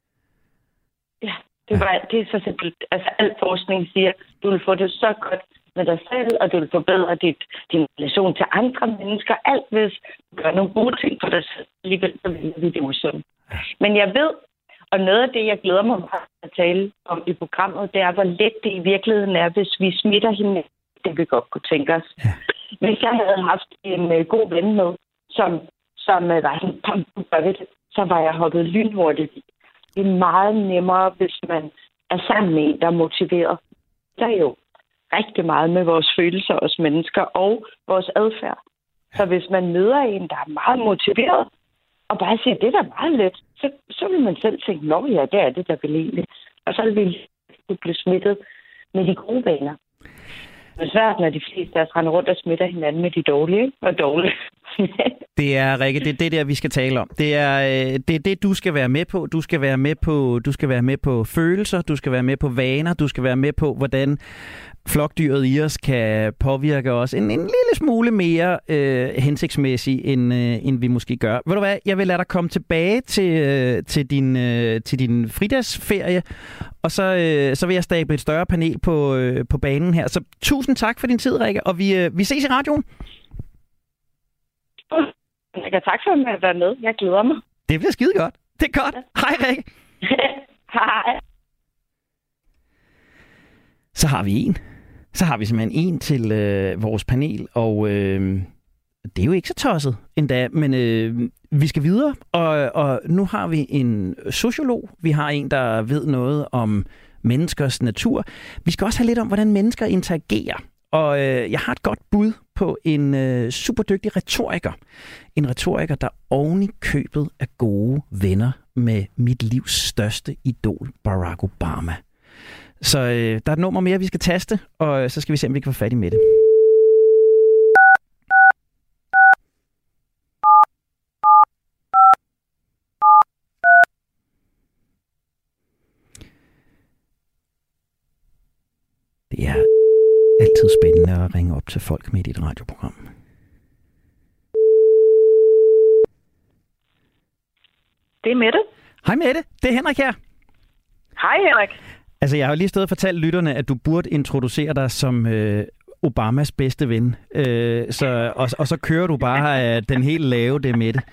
Ja, det, var, det er så simpelt. Altså, al forskning siger, du vil få det så godt med dig selv, og du vil forbedre dit, din relation til andre mennesker. Alt hvis du gør nogle gode ting for dig selv, alligevel så vil vi det usundt. Men jeg ved, og noget af det, jeg glæder mig at tale om i programmet, det er, hvor let det i virkeligheden er, hvis vi smitter hinanden. Det vi godt kunne tænke os. Ja. Hvis jeg havde haft en uh, god ven med, som, som uh, var sådan, pam, gør vi det, så var jeg hoppet lynhurtigt. Det er meget nemmere, hvis man er sammen med en, der er motiveret. Der er jo rigtig meget med vores følelser, os mennesker og vores adfærd. Så hvis man møder en, der er meget motiveret, og bare siger, det er da meget let, så, så vil man selv tænke, nå ja, det er det, der vil egentlig. Og så vil vi blive smittet med de gode vaner. Det er svært, når de fleste af os render rundt og smitter hinanden med de dårlige og dårlige. Det er, Rikke, det er det der, vi skal tale om. Det er, det er det, du skal være med på. Du skal være med på, du skal være med på følelser, du skal være med på vaner, du skal være med på, hvordan flokdyret i os kan påvirke os en, en lille smule mere øh, hensigtsmæssigt, end, øh, end vi måske gør. Ved du hvad, jeg vil lade dig komme tilbage til, øh, til, din, øh, til din fridagsferie, og så, øh, så vil jeg stable et større panel på, øh, på banen her. Så tusind tak for din tid, Rikke, og vi, øh, vi ses i radioen. Jeg kan tak for at være med. Jeg glæder mig. Det bliver skide godt. Det er godt. Hej, Rikke. Hej. Så har vi en. Så har vi simpelthen en til øh, vores panel, og øh, det er jo ikke så tosset endda, men øh, vi skal videre, og, og nu har vi en sociolog, vi har en, der ved noget om menneskers natur. Vi skal også have lidt om, hvordan mennesker interagerer, og øh, jeg har et godt bud på en øh, superdygtig retoriker. En retoriker, der oven i købet er gode venner med mit livs største idol, Barack Obama. Så øh, der er et nummer mere, vi skal taste, og øh, så skal vi se, om vi kan få fat i Mette. Det er altid spændende at ringe op til folk midt i et radioprogram. Det er Mette. Hej Mette, det er Henrik her. Hej Henrik. Altså, jeg har jo lige stået og fortalt lytterne, at du burde introducere dig som øh, Obamas bedste ven. Øh, så, og, og så kører du bare øh, den helt lave, det med det.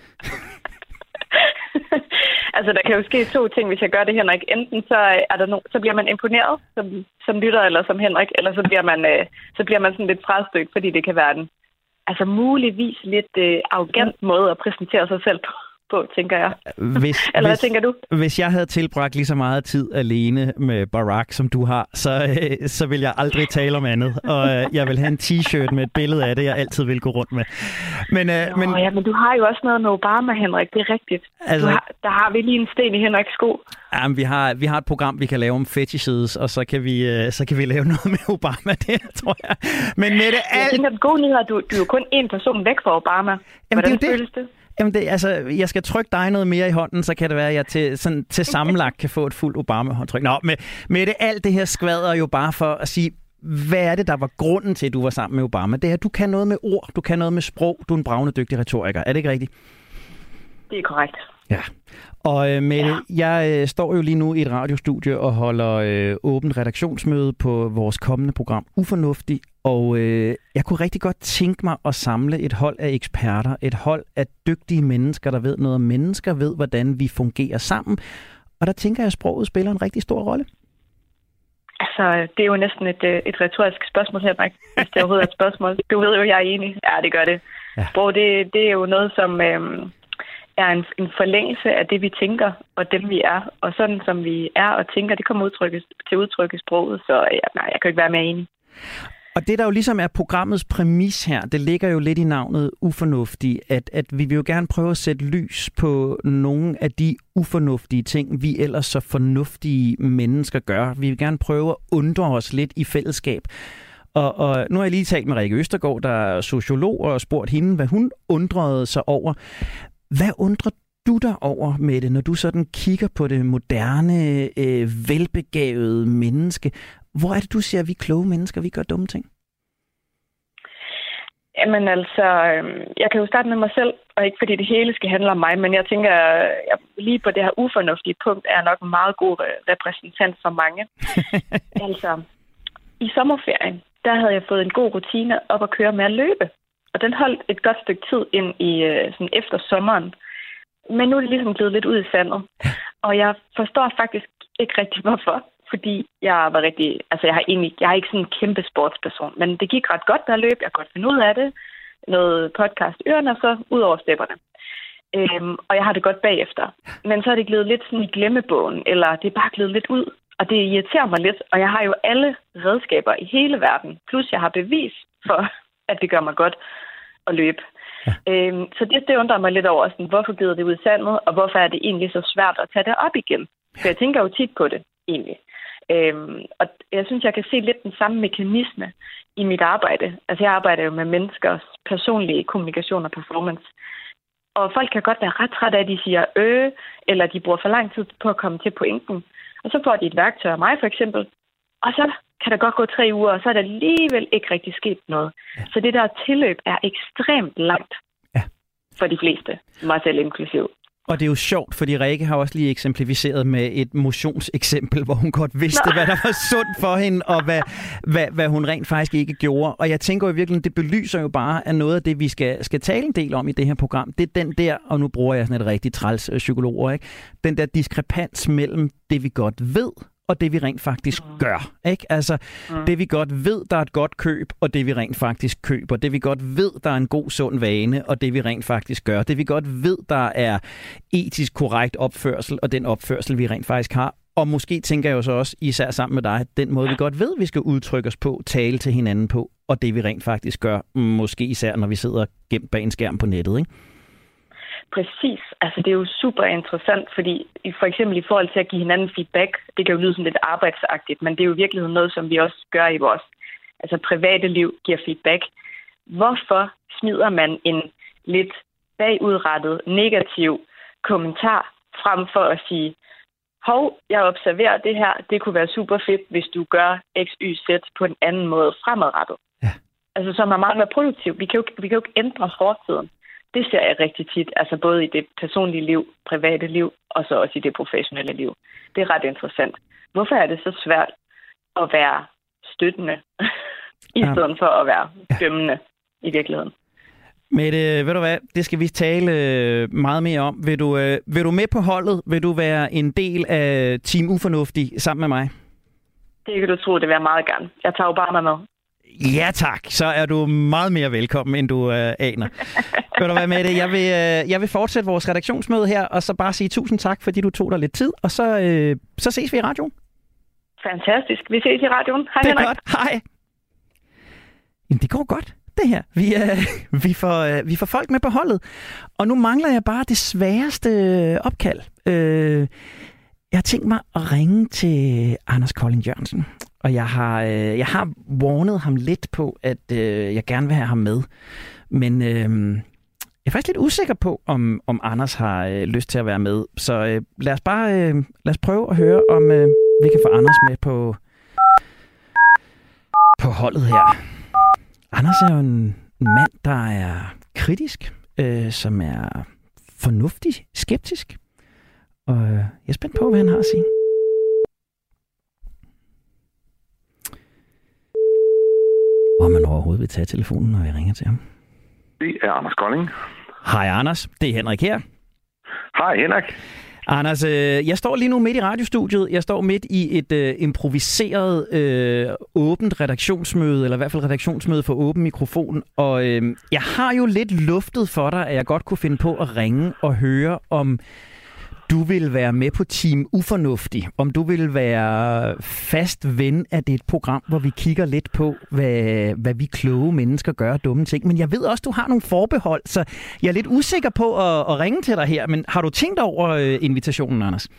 Altså, der kan jo ske to ting, hvis jeg gør det, Henrik. Enten så, er der no- så bliver man imponeret som, som lytter, eller som Henrik, eller så bliver man, øh, så bliver man sådan lidt frastødt, fordi det kan være en altså muligvis lidt øh, arrogant måde at præsentere sig selv på. på, tænker jeg. Hvis, Eller hvad hvis, tænker du? Hvis jeg havde tilbragt lige så meget tid alene med Barack, som du har, så, øh, så vil jeg aldrig tale om andet. Og øh, jeg vil have en t-shirt med et billede af det, jeg altid vil gå rundt med. Men, øh, Nå, men, ja, men du har jo også noget med Obama, Henrik. Det er rigtigt. Altså, du har, der har vi lige en sten i Henriks sko. Jamen, vi har, vi har et program, vi kan lave om fetishes, og så kan vi, øh, så kan vi lave noget med Obama, det tror jeg. Men med det alt... Jeg tænker, den gode nyhed er, at du, du er jo kun én person væk fra Obama. Jamen, Hvordan det føles det? Jamen det, altså, jeg skal trykke dig noget mere i hånden, så kan det være, at jeg til, sådan, til sammenlagt kan få et fuldt Obama-håndtryk. Nå, med, med det alt det her skvader jo bare for at sige, hvad er det, der var grunden til, at du var sammen med Obama? Det er, at du kan noget med ord, du kan noget med sprog, du er en bravende dygtig retoriker. Er det ikke rigtigt? Det er korrekt. Ja. Og øh, Mette, ja. jeg øh, står jo lige nu i et radiostudie og holder øh, åbent redaktionsmøde på vores kommende program Ufornuftig. Og øh, jeg kunne rigtig godt tænke mig at samle et hold af eksperter, et hold af dygtige mennesker, der ved noget om mennesker, ved hvordan vi fungerer sammen. Og der tænker jeg, at sproget spiller en rigtig stor rolle. Altså, det er jo næsten et, et retorisk spørgsmål her, Mike, hvis det overhovedet er et spørgsmål. Du ved jo, jeg er enig. Ja, det gør det. Ja. Sprog, det, det er jo noget, som øhm, er en, en forlængelse af det, vi tænker, og dem, vi er. Og sådan, som vi er og tænker, det kommer udtrykkes, til udtryk i sproget, så ja, nej, jeg kan ikke være mere enig. Og det, der jo ligesom er programmets præmis her, det ligger jo lidt i navnet ufornuftig, at, at vi vil jo gerne prøve at sætte lys på nogle af de ufornuftige ting, vi ellers så fornuftige mennesker gør. Vi vil gerne prøve at undre os lidt i fællesskab. Og, og nu har jeg lige talt med Rikke Østergaard, der er sociolog, og spurgt hende, hvad hun undrede sig over. Hvad undrer du dig over, Mette, når du sådan kigger på det moderne, øh, velbegavede menneske? Hvor er det, du siger, at vi er kloge mennesker, vi gør dumme ting? Jamen altså, jeg kan jo starte med mig selv, og ikke fordi det hele skal handle om mig, men jeg tænker, at lige på det her ufornuftige punkt er jeg nok en meget god repræsentant for mange. Altså, i sommerferien, der havde jeg fået en god rutine op at køre med at løbe. Og den holdt et godt stykke tid ind i sådan efter sommeren. Men nu er det ligesom gledet lidt ud i sandet. Og jeg forstår faktisk ikke rigtig, hvorfor. Fordi jeg var rigtig, altså jeg har egentlig, jeg er ikke sådan en kæmpe sportsperson, men det gik ret godt, da jeg løb. Jeg kunne godt finde ud af det. Noget podcast i ørerne, og så ud over stepperne. Øhm, og jeg har det godt bagefter. Men så er det gledet lidt sådan i glemmebogen, eller det er bare gledet lidt ud. Og det irriterer mig lidt, og jeg har jo alle redskaber i hele verden. Plus jeg har bevis for, at det gør mig godt at løbe. Ja. Øhm, så det, det undrer mig lidt over, sådan, hvorfor glider det ud i sandet, og hvorfor er det egentlig så svært at tage det op igen? For jeg tænker jo tit på det, egentlig. Øhm, og jeg synes, jeg kan se lidt den samme mekanisme i mit arbejde. Altså, jeg arbejder jo med menneskers personlige kommunikation og performance. Og folk kan godt være ret trætte af, at de siger øh, eller de bruger for lang tid på at komme til pointen. Og så får de et værktøj af mig, for eksempel. Og så kan der godt gå tre uger, og så er der alligevel ikke rigtig sket noget. Ja. Så det der tilløb er ekstremt langt ja. For de fleste, mig selv inklusiv. Og det er jo sjovt, fordi Rikke har også lige eksemplificeret med et motionseksempel, hvor hun godt vidste, Nå. hvad der var sundt for hende, og hvad, hvad, hvad hun rent faktisk ikke gjorde. Og jeg tænker jo virkelig, det belyser jo bare, at noget af det, vi skal, skal tale en del om i det her program, det er den der, og nu bruger jeg sådan et rigtig træls psykolog, ikke? Den der diskrepans mellem det, vi godt ved, og det vi rent faktisk mm. gør. Ikke? Altså, mm. det vi godt ved, der er et godt køb, og det vi rent faktisk køber. Det vi godt ved, der er en god, sund vane, og det vi rent faktisk gør. Det vi godt ved, der er etisk korrekt opførsel, og den opførsel, vi rent faktisk har. Og måske tænker jeg jo så også, især sammen med dig, den måde, vi godt ved, vi skal udtrykke os på, tale til hinanden på, og det vi rent faktisk gør, måske især, når vi sidder gemt bag en skærm på nettet, ikke? Præcis. Altså, det er jo super interessant, fordi for eksempel i forhold til at give hinanden feedback, det kan jo lyde sådan lidt arbejdsagtigt, men det er jo i virkeligheden noget, som vi også gør i vores altså, private liv, giver feedback. Hvorfor smider man en lidt bagudrettet, negativ kommentar frem for at sige, hov, jeg observerer det her, det kunne være super fedt, hvis du gør X, Y, Z på en anden måde fremadrettet. Ja. Altså, som er meget mere produktiv. Vi kan jo, vi kan jo ikke ændre fortiden. Det ser jeg rigtig tit, altså både i det personlige liv, private liv, og så også i det professionelle liv. Det er ret interessant. Hvorfor er det så svært at være støttende, i ja. stedet for at være dømmende i virkeligheden? Mette, ved du hvad, det skal vi tale meget mere om. Vil du, vil du med på holdet? Vil du være en del af Team Ufornuftig sammen med mig? Det kan du tro, det vil jeg meget gerne. Jeg tager jo bare mig med. Ja tak, så er du meget mere velkommen, end du øh, aner. Ved du hvad, Mette, jeg vil, øh, jeg vil fortsætte vores redaktionsmøde her, og så bare sige tusind tak, fordi du tog dig lidt tid, og så, øh, så ses vi i radioen. Fantastisk, vi ses i radioen. Hej, det er Henrik. Godt, hej. Jamen, det går godt, det her. Vi, øh, vi, får, øh, vi får folk med på holdet, og nu mangler jeg bare det sværeste opkald. Øh, jeg har tænkt mig at ringe til Anders Kolding Jørgensen. Og jeg har, øh, jeg har warnet ham lidt på, at øh, jeg gerne vil have ham med. Men øh, jeg er faktisk lidt usikker på, om, om Anders har øh, lyst til at være med. Så øh, lad os bare øh, lad os prøve at høre, om øh, vi kan få Anders med på, på holdet her. Anders er jo en mand, der er kritisk, øh, som er fornuftig skeptisk. Og øh, jeg er spændt på, hvad han har at sige. Om man overhovedet vil tage telefonen, når jeg ringer til ham. Det er Anders Kolding. Hej Anders, det er Henrik her. Hej Henrik. Anders, øh, jeg står lige nu midt i radiostudiet. Jeg står midt i et øh, improviseret, øh, åbent redaktionsmøde, eller i hvert fald redaktionsmøde for åben mikrofon. Og øh, jeg har jo lidt luftet for dig, at jeg godt kunne finde på at ringe og høre, om du vil være med på Team Ufornuftig. Om du vil være fast ven af det program, hvor vi kigger lidt på, hvad, hvad vi kloge mennesker gør af dumme ting. Men jeg ved også, du har nogle forbehold, så jeg er lidt usikker på at, at ringe til dig her. Men har du tænkt over øh, invitationen, Anders?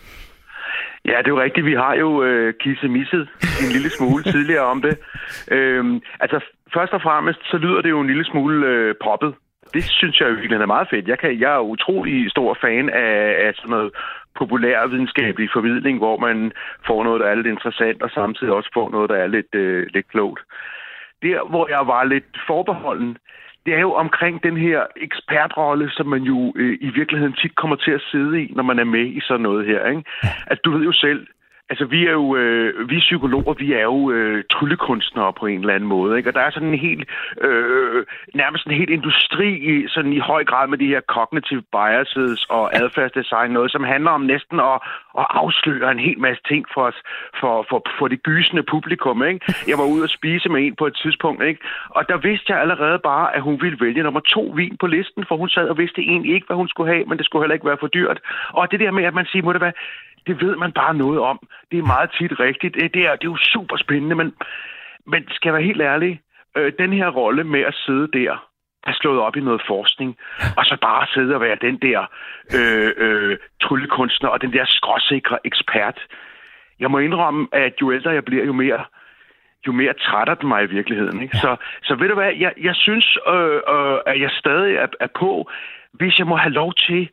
Ja, det er jo rigtigt. Vi har jo øh, kissemisset en lille smule tidligere om det. Øhm, altså, først og fremmest, så lyder det jo en lille smule øh, poppet. Det synes jeg jo virkelig er meget fedt. Jeg, kan, jeg er utrolig stor fan af, af sådan noget populær videnskabelig formidling, hvor man får noget, der er lidt interessant, og samtidig også får noget, der er lidt, øh, lidt klogt. Der, hvor jeg var lidt forbeholden, det er jo omkring den her ekspertrolle, som man jo øh, i virkeligheden tit kommer til at sidde i, når man er med i sådan noget her. Ikke? Altså, du ved jo selv, altså, vi er jo, øh, vi psykologer, vi er jo øh, tryllekunstnere på en eller anden måde, ikke? Og der er sådan en helt, øh, nærmest en helt industri i, sådan i høj grad med de her cognitive biases og adfærdsdesign, noget, som handler om næsten at, at afsløre en hel masse ting for os, for, for, for det gysende publikum, ikke? Jeg var ude at spise med en på et tidspunkt, ikke? Og der vidste jeg allerede bare, at hun ville vælge nummer to vin på listen, for hun sad og vidste egentlig ikke, hvad hun skulle have, men det skulle heller ikke være for dyrt. Og det der med, at man siger, må det være, det ved man bare noget om. Det er meget tit rigtigt. Det er, det er jo super spændende, men, men skal jeg være helt ærlig, øh, den her rolle med at sidde der, er slået op i noget forskning, og så bare sidde og være den der øh, øh, tryllekunstner og den der skråsikre ekspert. Jeg må indrømme, at jo ældre jeg bliver, jo mere, jo mere trætter den mig i virkeligheden. Ikke? Så, så ved du hvad, jeg, jeg synes, øh, øh, at jeg stadig er, er på, hvis jeg må have lov til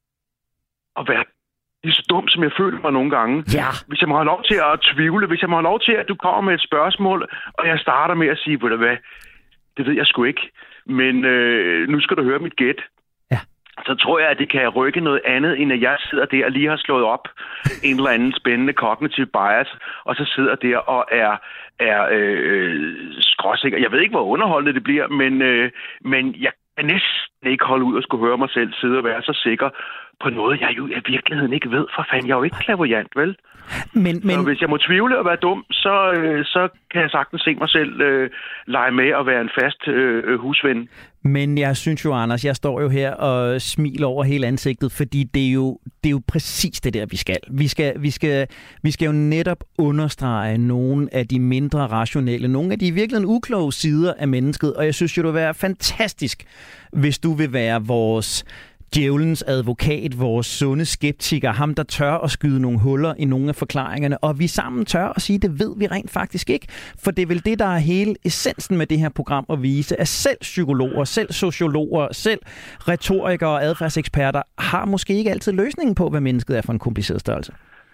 at være det er så dumt, som jeg føler mig nogle gange. Ja. Hvis jeg må have lov til at tvivle, hvis jeg må have lov til, at du kommer med et spørgsmål, og jeg starter med at sige, ved du hvad, det ved jeg sgu ikke, men øh, nu skal du høre mit gæt. Ja. Så tror jeg, at det kan rykke noget andet, end at jeg sidder der og lige har slået op en eller anden spændende cognitive bias, og så sidder der og er, er øh, skråsikker. Jeg ved ikke, hvor underholdende det bliver, men, øh, men jeg kan næsten ikke holde ud og skulle høre mig selv sidde og være så sikker på noget, jeg jo i virkeligheden ikke ved, for fanden, jeg er jo ikke clairvoyant, vel? Men, men... Så hvis jeg må tvivle og være dum, så, øh, så kan jeg sagtens se mig selv øh, lege med at være en fast øh, husven. Men jeg synes jo, Anders, jeg står jo her og smiler over hele ansigtet, fordi det er jo, det er jo præcis det der, vi skal. Vi skal, vi skal, vi skal jo netop understrege nogle af de mindre rationelle, nogle af de virkelig ukloge sider af mennesket, og jeg synes jo, det vil være fantastisk, hvis du vil være vores djævelens advokat, vores sunde skeptiker, ham der tør at skyde nogle huller i nogle af forklaringerne, og vi sammen tør at sige, det ved vi rent faktisk ikke, for det er vel det, der er hele essensen med det her program at vise, at selv psykologer, selv sociologer, selv retorikere og adfærdseksperter har måske ikke altid løsningen på, hvad mennesket er for en kompliceret størrelse.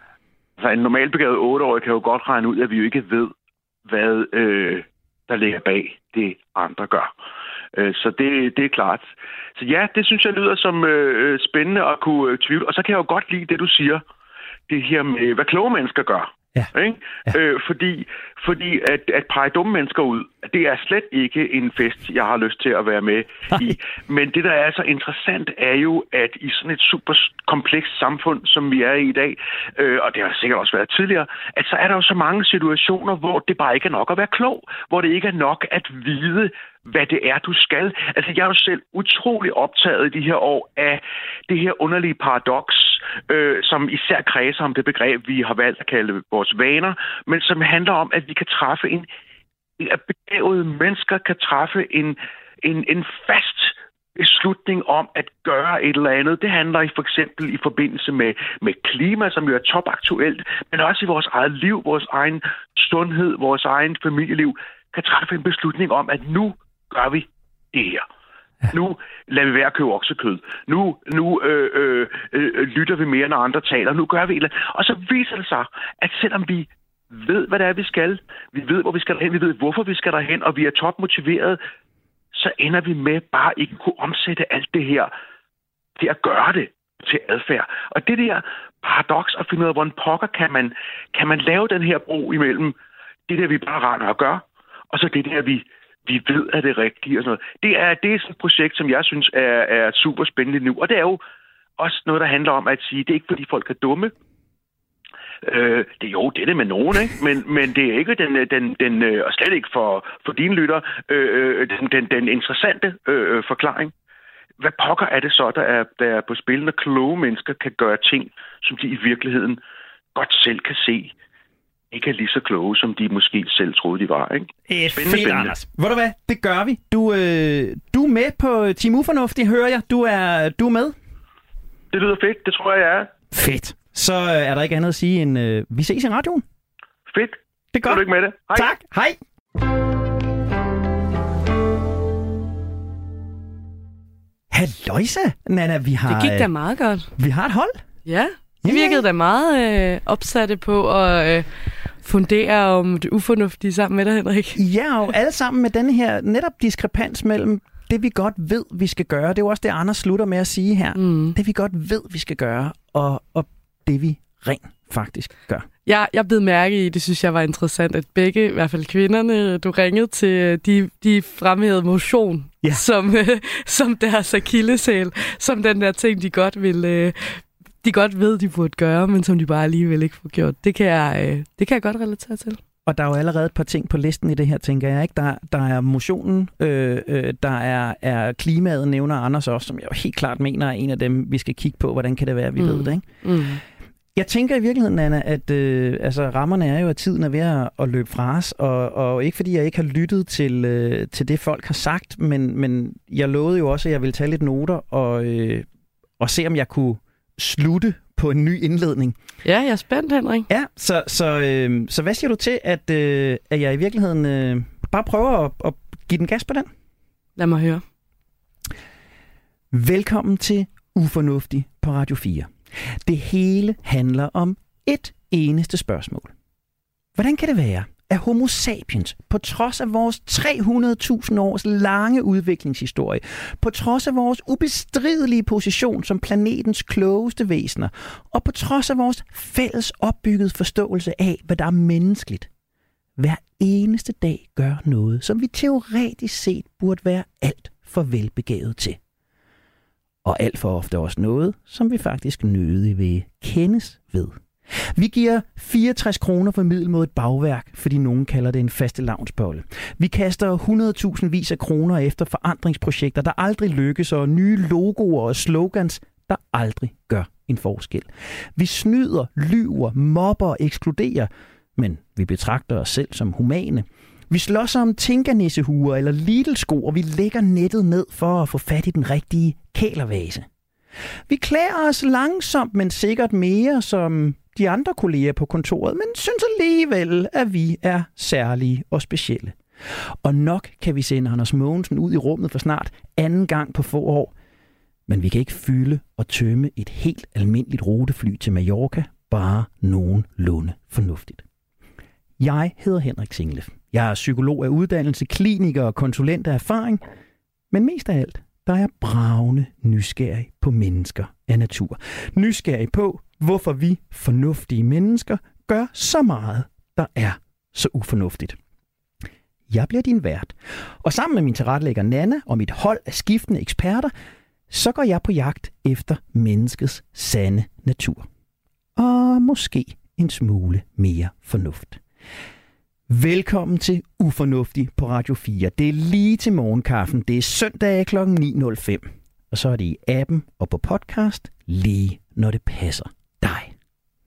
Så en normalt begavet otteårig kan jo godt regne ud, at vi jo ikke ved, hvad øh, der ligger bag det, andre gør. Så det, det er klart. Så ja, det synes jeg lyder som øh, spændende at kunne øh, tvivle. Og så kan jeg jo godt lide det, du siger. Det her med, hvad kloge mennesker gør. Ja. Ikke? Ja. Øh, fordi fordi at, at pege dumme mennesker ud, det er slet ikke en fest, jeg har lyst til at være med i. Men det, der er så interessant, er jo, at i sådan et super komplekst samfund, som vi er i i dag, øh, og det har sikkert også været tidligere, at så er der jo så mange situationer, hvor det bare ikke er nok at være klog. Hvor det ikke er nok at vide, hvad det er, du skal. Altså, jeg er jo selv utrolig optaget i de her år af det her underlige paradoks, øh, som især kredser om det begreb, vi har valgt at kalde vores vaner, men som handler om, at vi kan træffe en, at begavede mennesker kan træffe en, en, en fast beslutning om at gøre et eller andet. Det handler i for eksempel i forbindelse med, med klima, som jo er topaktuelt, men også i vores eget liv, vores egen sundhed, vores egen familieliv, kan træffe en beslutning om, at nu gør vi det her. Ja. Nu lader vi være at købe oksekød. Nu, nu øh, øh, øh, lytter vi mere, når andre taler. Nu gør vi et eller andet. Og så viser det sig, at selvom vi ved, hvad det er, vi skal, vi ved, hvor vi skal derhen, vi ved, hvorfor vi skal derhen, og vi er topmotiveret, så ender vi med bare ikke at kunne omsætte alt det her til at gøre det til adfærd. Og det der paradoks at finde ud af, hvordan pokker kan man, kan man lave den her bro imellem det der, vi bare render og gør, og så det der, vi, vi ved, er det rigtige. Og sådan noget. Det er, det er sådan et projekt, som jeg synes er, er super spændende nu. Og det er jo også noget, der handler om at sige, det er ikke fordi folk er dumme. Øh, det er jo det er det med nogen, ikke? Men, men det er ikke den, den, den og slet ikke for, for dine lytter, øh, den, den, den interessante øh, forklaring. Hvad pokker er det så, der er, der er på spil, når kloge mennesker kan gøre ting, som de i virkeligheden godt selv kan se, ikke er lige så kloge, som de måske selv troede, de var, ikke? Æh, spændende, fedt, Anders. Ved du hvad? Det gør vi. Du, øh, du er med på Team Ufornuftig, hører jeg. Du er, du er med? Det lyder fedt. Det tror jeg, jeg er. Fedt. Så er der ikke andet at sige end, øh, vi ses i radioen. Fedt. Det er godt. Er du ikke med det? Hej. Tak. Hej. Halløjsa, Nana, vi har... Det gik da meget godt. Vi har et hold. Ja, vi virkede da meget øh, opsatte på at øh, fundere om det ufornuftige sammen med dig, Henrik. Ja, og alle sammen med denne her netop diskrepans mellem det, vi godt ved, vi skal gøre. Det er jo også det, Anders slutter med at sige her. Mm. Det, vi godt ved, vi skal gøre, og, og det, vi rent faktisk gør. Ja, jeg blev mærke i, det synes jeg var interessant, at begge, i hvert fald kvinderne, du ringede til, de, de fremhævede motion, ja. som, øh, som deres akilleshæl, som den der ting, de godt vil, øh, de godt ved, de burde gøre, men som de bare alligevel ikke får gjort. Det kan jeg, øh, det kan jeg godt relatere til. Og der er jo allerede et par ting på listen i det her, tænker jeg, ikke? Der, der er motionen, øh, øh, der er, er klimaet, nævner Anders også, som jeg jo helt klart mener er en af dem, vi skal kigge på. Hvordan kan det være, vi mm. ved det, ikke? Mm. Jeg tænker i virkeligheden, Anna, at øh, altså, rammerne er jo, at tiden er ved at, at løbe fra os, og, og ikke fordi jeg ikke har lyttet til, øh, til det, folk har sagt, men, men jeg lovede jo også, at jeg ville tage lidt noter og, øh, og se, om jeg kunne slutte på en ny indledning. Ja, jeg er spændt, Henrik. Ja, så, så, øh, så hvad siger du til, at, øh, at jeg i virkeligheden øh, bare prøver at, at give den gas på den? Lad mig høre. Velkommen til Ufornuftig på Radio fire. Det hele handler om et eneste spørgsmål. Hvordan kan det være, at Homo sapiens, på trods af vores tre hundrede tusind års lange udviklingshistorie, på trods af vores ubestridelige position som planetens klogeste væsener, og på trods af vores fælles opbyggede forståelse af, hvad der er menneskeligt, hver eneste dag gør noget, som vi teoretisk set burde være alt for velbegavet til. Og alt for ofte også noget, som vi faktisk nødig vil kendes ved. Vi giver fireogtres kroner for middelmådigt bagværk, fordi nogen kalder det en fastelavnsbolle. Vi kaster hundredtusindvis af kroner efter forandringsprojekter, der aldrig lykkes, og nye logoer og slogans, der aldrig gør en forskel. Vi snyder, lyver, mobber og ekskluderer, men vi betragter os selv som humane. Vi slås om tinkernissehuer eller Lidl-sko, og vi lægger nettet ned for at få fat i den rigtige kælervase. Vi klæder os langsomt, men sikkert mere som de andre kolleger på kontoret, men synes alligevel, at vi er særlige og specielle. Og nok kan vi sende Anders Mogensen ud i rummet for snart anden gang på få år, men vi kan ikke fylde og tømme et helt almindeligt rutefly til Mallorca, bare nogenlunde fornuftigt. Jeg hedder Henrik Singlef. Jeg er psykolog af uddannelse, kliniker og konsulent af erfaring, men mest af alt, der er jeg bravende nysgerrig på mennesker af natur. Nysgerrig på, hvorfor vi fornuftige mennesker gør så meget, der er så ufornuftigt. Jeg bliver din vært, og sammen med min tilrettelægger Nana og mit hold af skiftende eksperter, så går jeg på jagt efter menneskets sande natur. Og måske en smule mere fornuft. Velkommen til Ufornuftig på Radio fire. Det er lige til morgenkaffen. Det er søndag klokken ni nul fem. Og så er det i appen og på podcast, lige når det passer dig.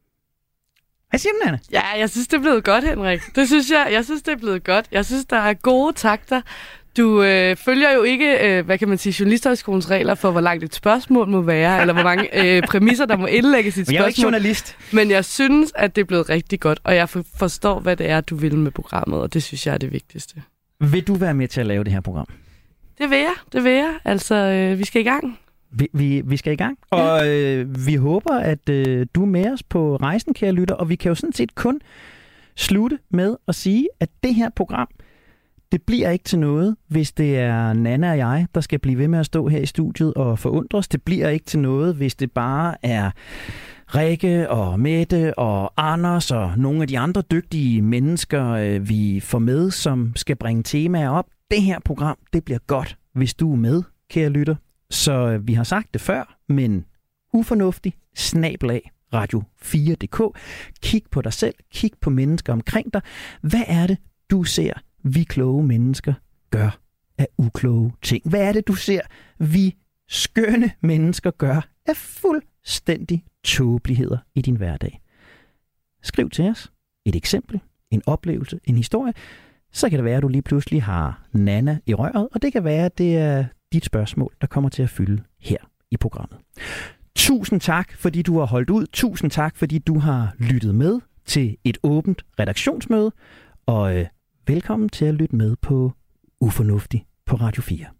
Hvad siger du, Anna? Ja, jeg synes, det er blevet godt, Henrik. Det synes jeg. Jeg synes, det er blevet godt. Jeg synes, der er gode takter. Du øh, følger jo ikke, øh, hvad kan man sige, journalisthøjskolens regler for, hvor langt et spørgsmål må være, eller hvor mange øh, præmisser, der må indlægges i et spørgsmål. Jeg er ikke journalist. Men jeg synes, at det er blevet rigtig godt, og jeg forstår, hvad det er, du vil med programmet, og det synes jeg er det vigtigste. Vil du være med til at lave det her program? Det vil jeg, det vil jeg. Altså, øh, vi skal i gang. Vi, vi, vi skal i gang, ja. Og øh, vi håber, at øh, du er med os på rejsen, kære lytter, og vi kan jo sådan set kun slutte med at sige, at det her program, Det bliver ikke til noget, hvis det er Nanna og jeg, der skal blive ved med at stå her i studiet og forundres. Det bliver ikke til noget, hvis det bare er Rikke og Mette og Anders og nogle af de andre dygtige mennesker, vi får med, som skal bringe temaer op. Det her program, det bliver godt, hvis du er med, kære lytter. Så vi har sagt det før, men ufornuftig, snabel-af radio fire punktum d k. Kig på dig selv, kig på mennesker omkring dig. Hvad er det, du ser, vi kloge mennesker gør af ukloge ting? Hvad er det, du ser, vi skønne mennesker gør af fuldstændig tåbeligheder i din hverdag? Skriv til os et eksempel, en oplevelse, en historie. Så kan det være, at du lige pludselig har Nanna i røret, og det kan være, at det er dit spørgsmål, der kommer til at fylde her i programmet. Tusind tak, fordi du har holdt ud. Tusind tak, fordi du har lyttet med til et åbent redaktionsmøde. Og øh, velkommen til at lytte med på Ufornuftig på Radio fire.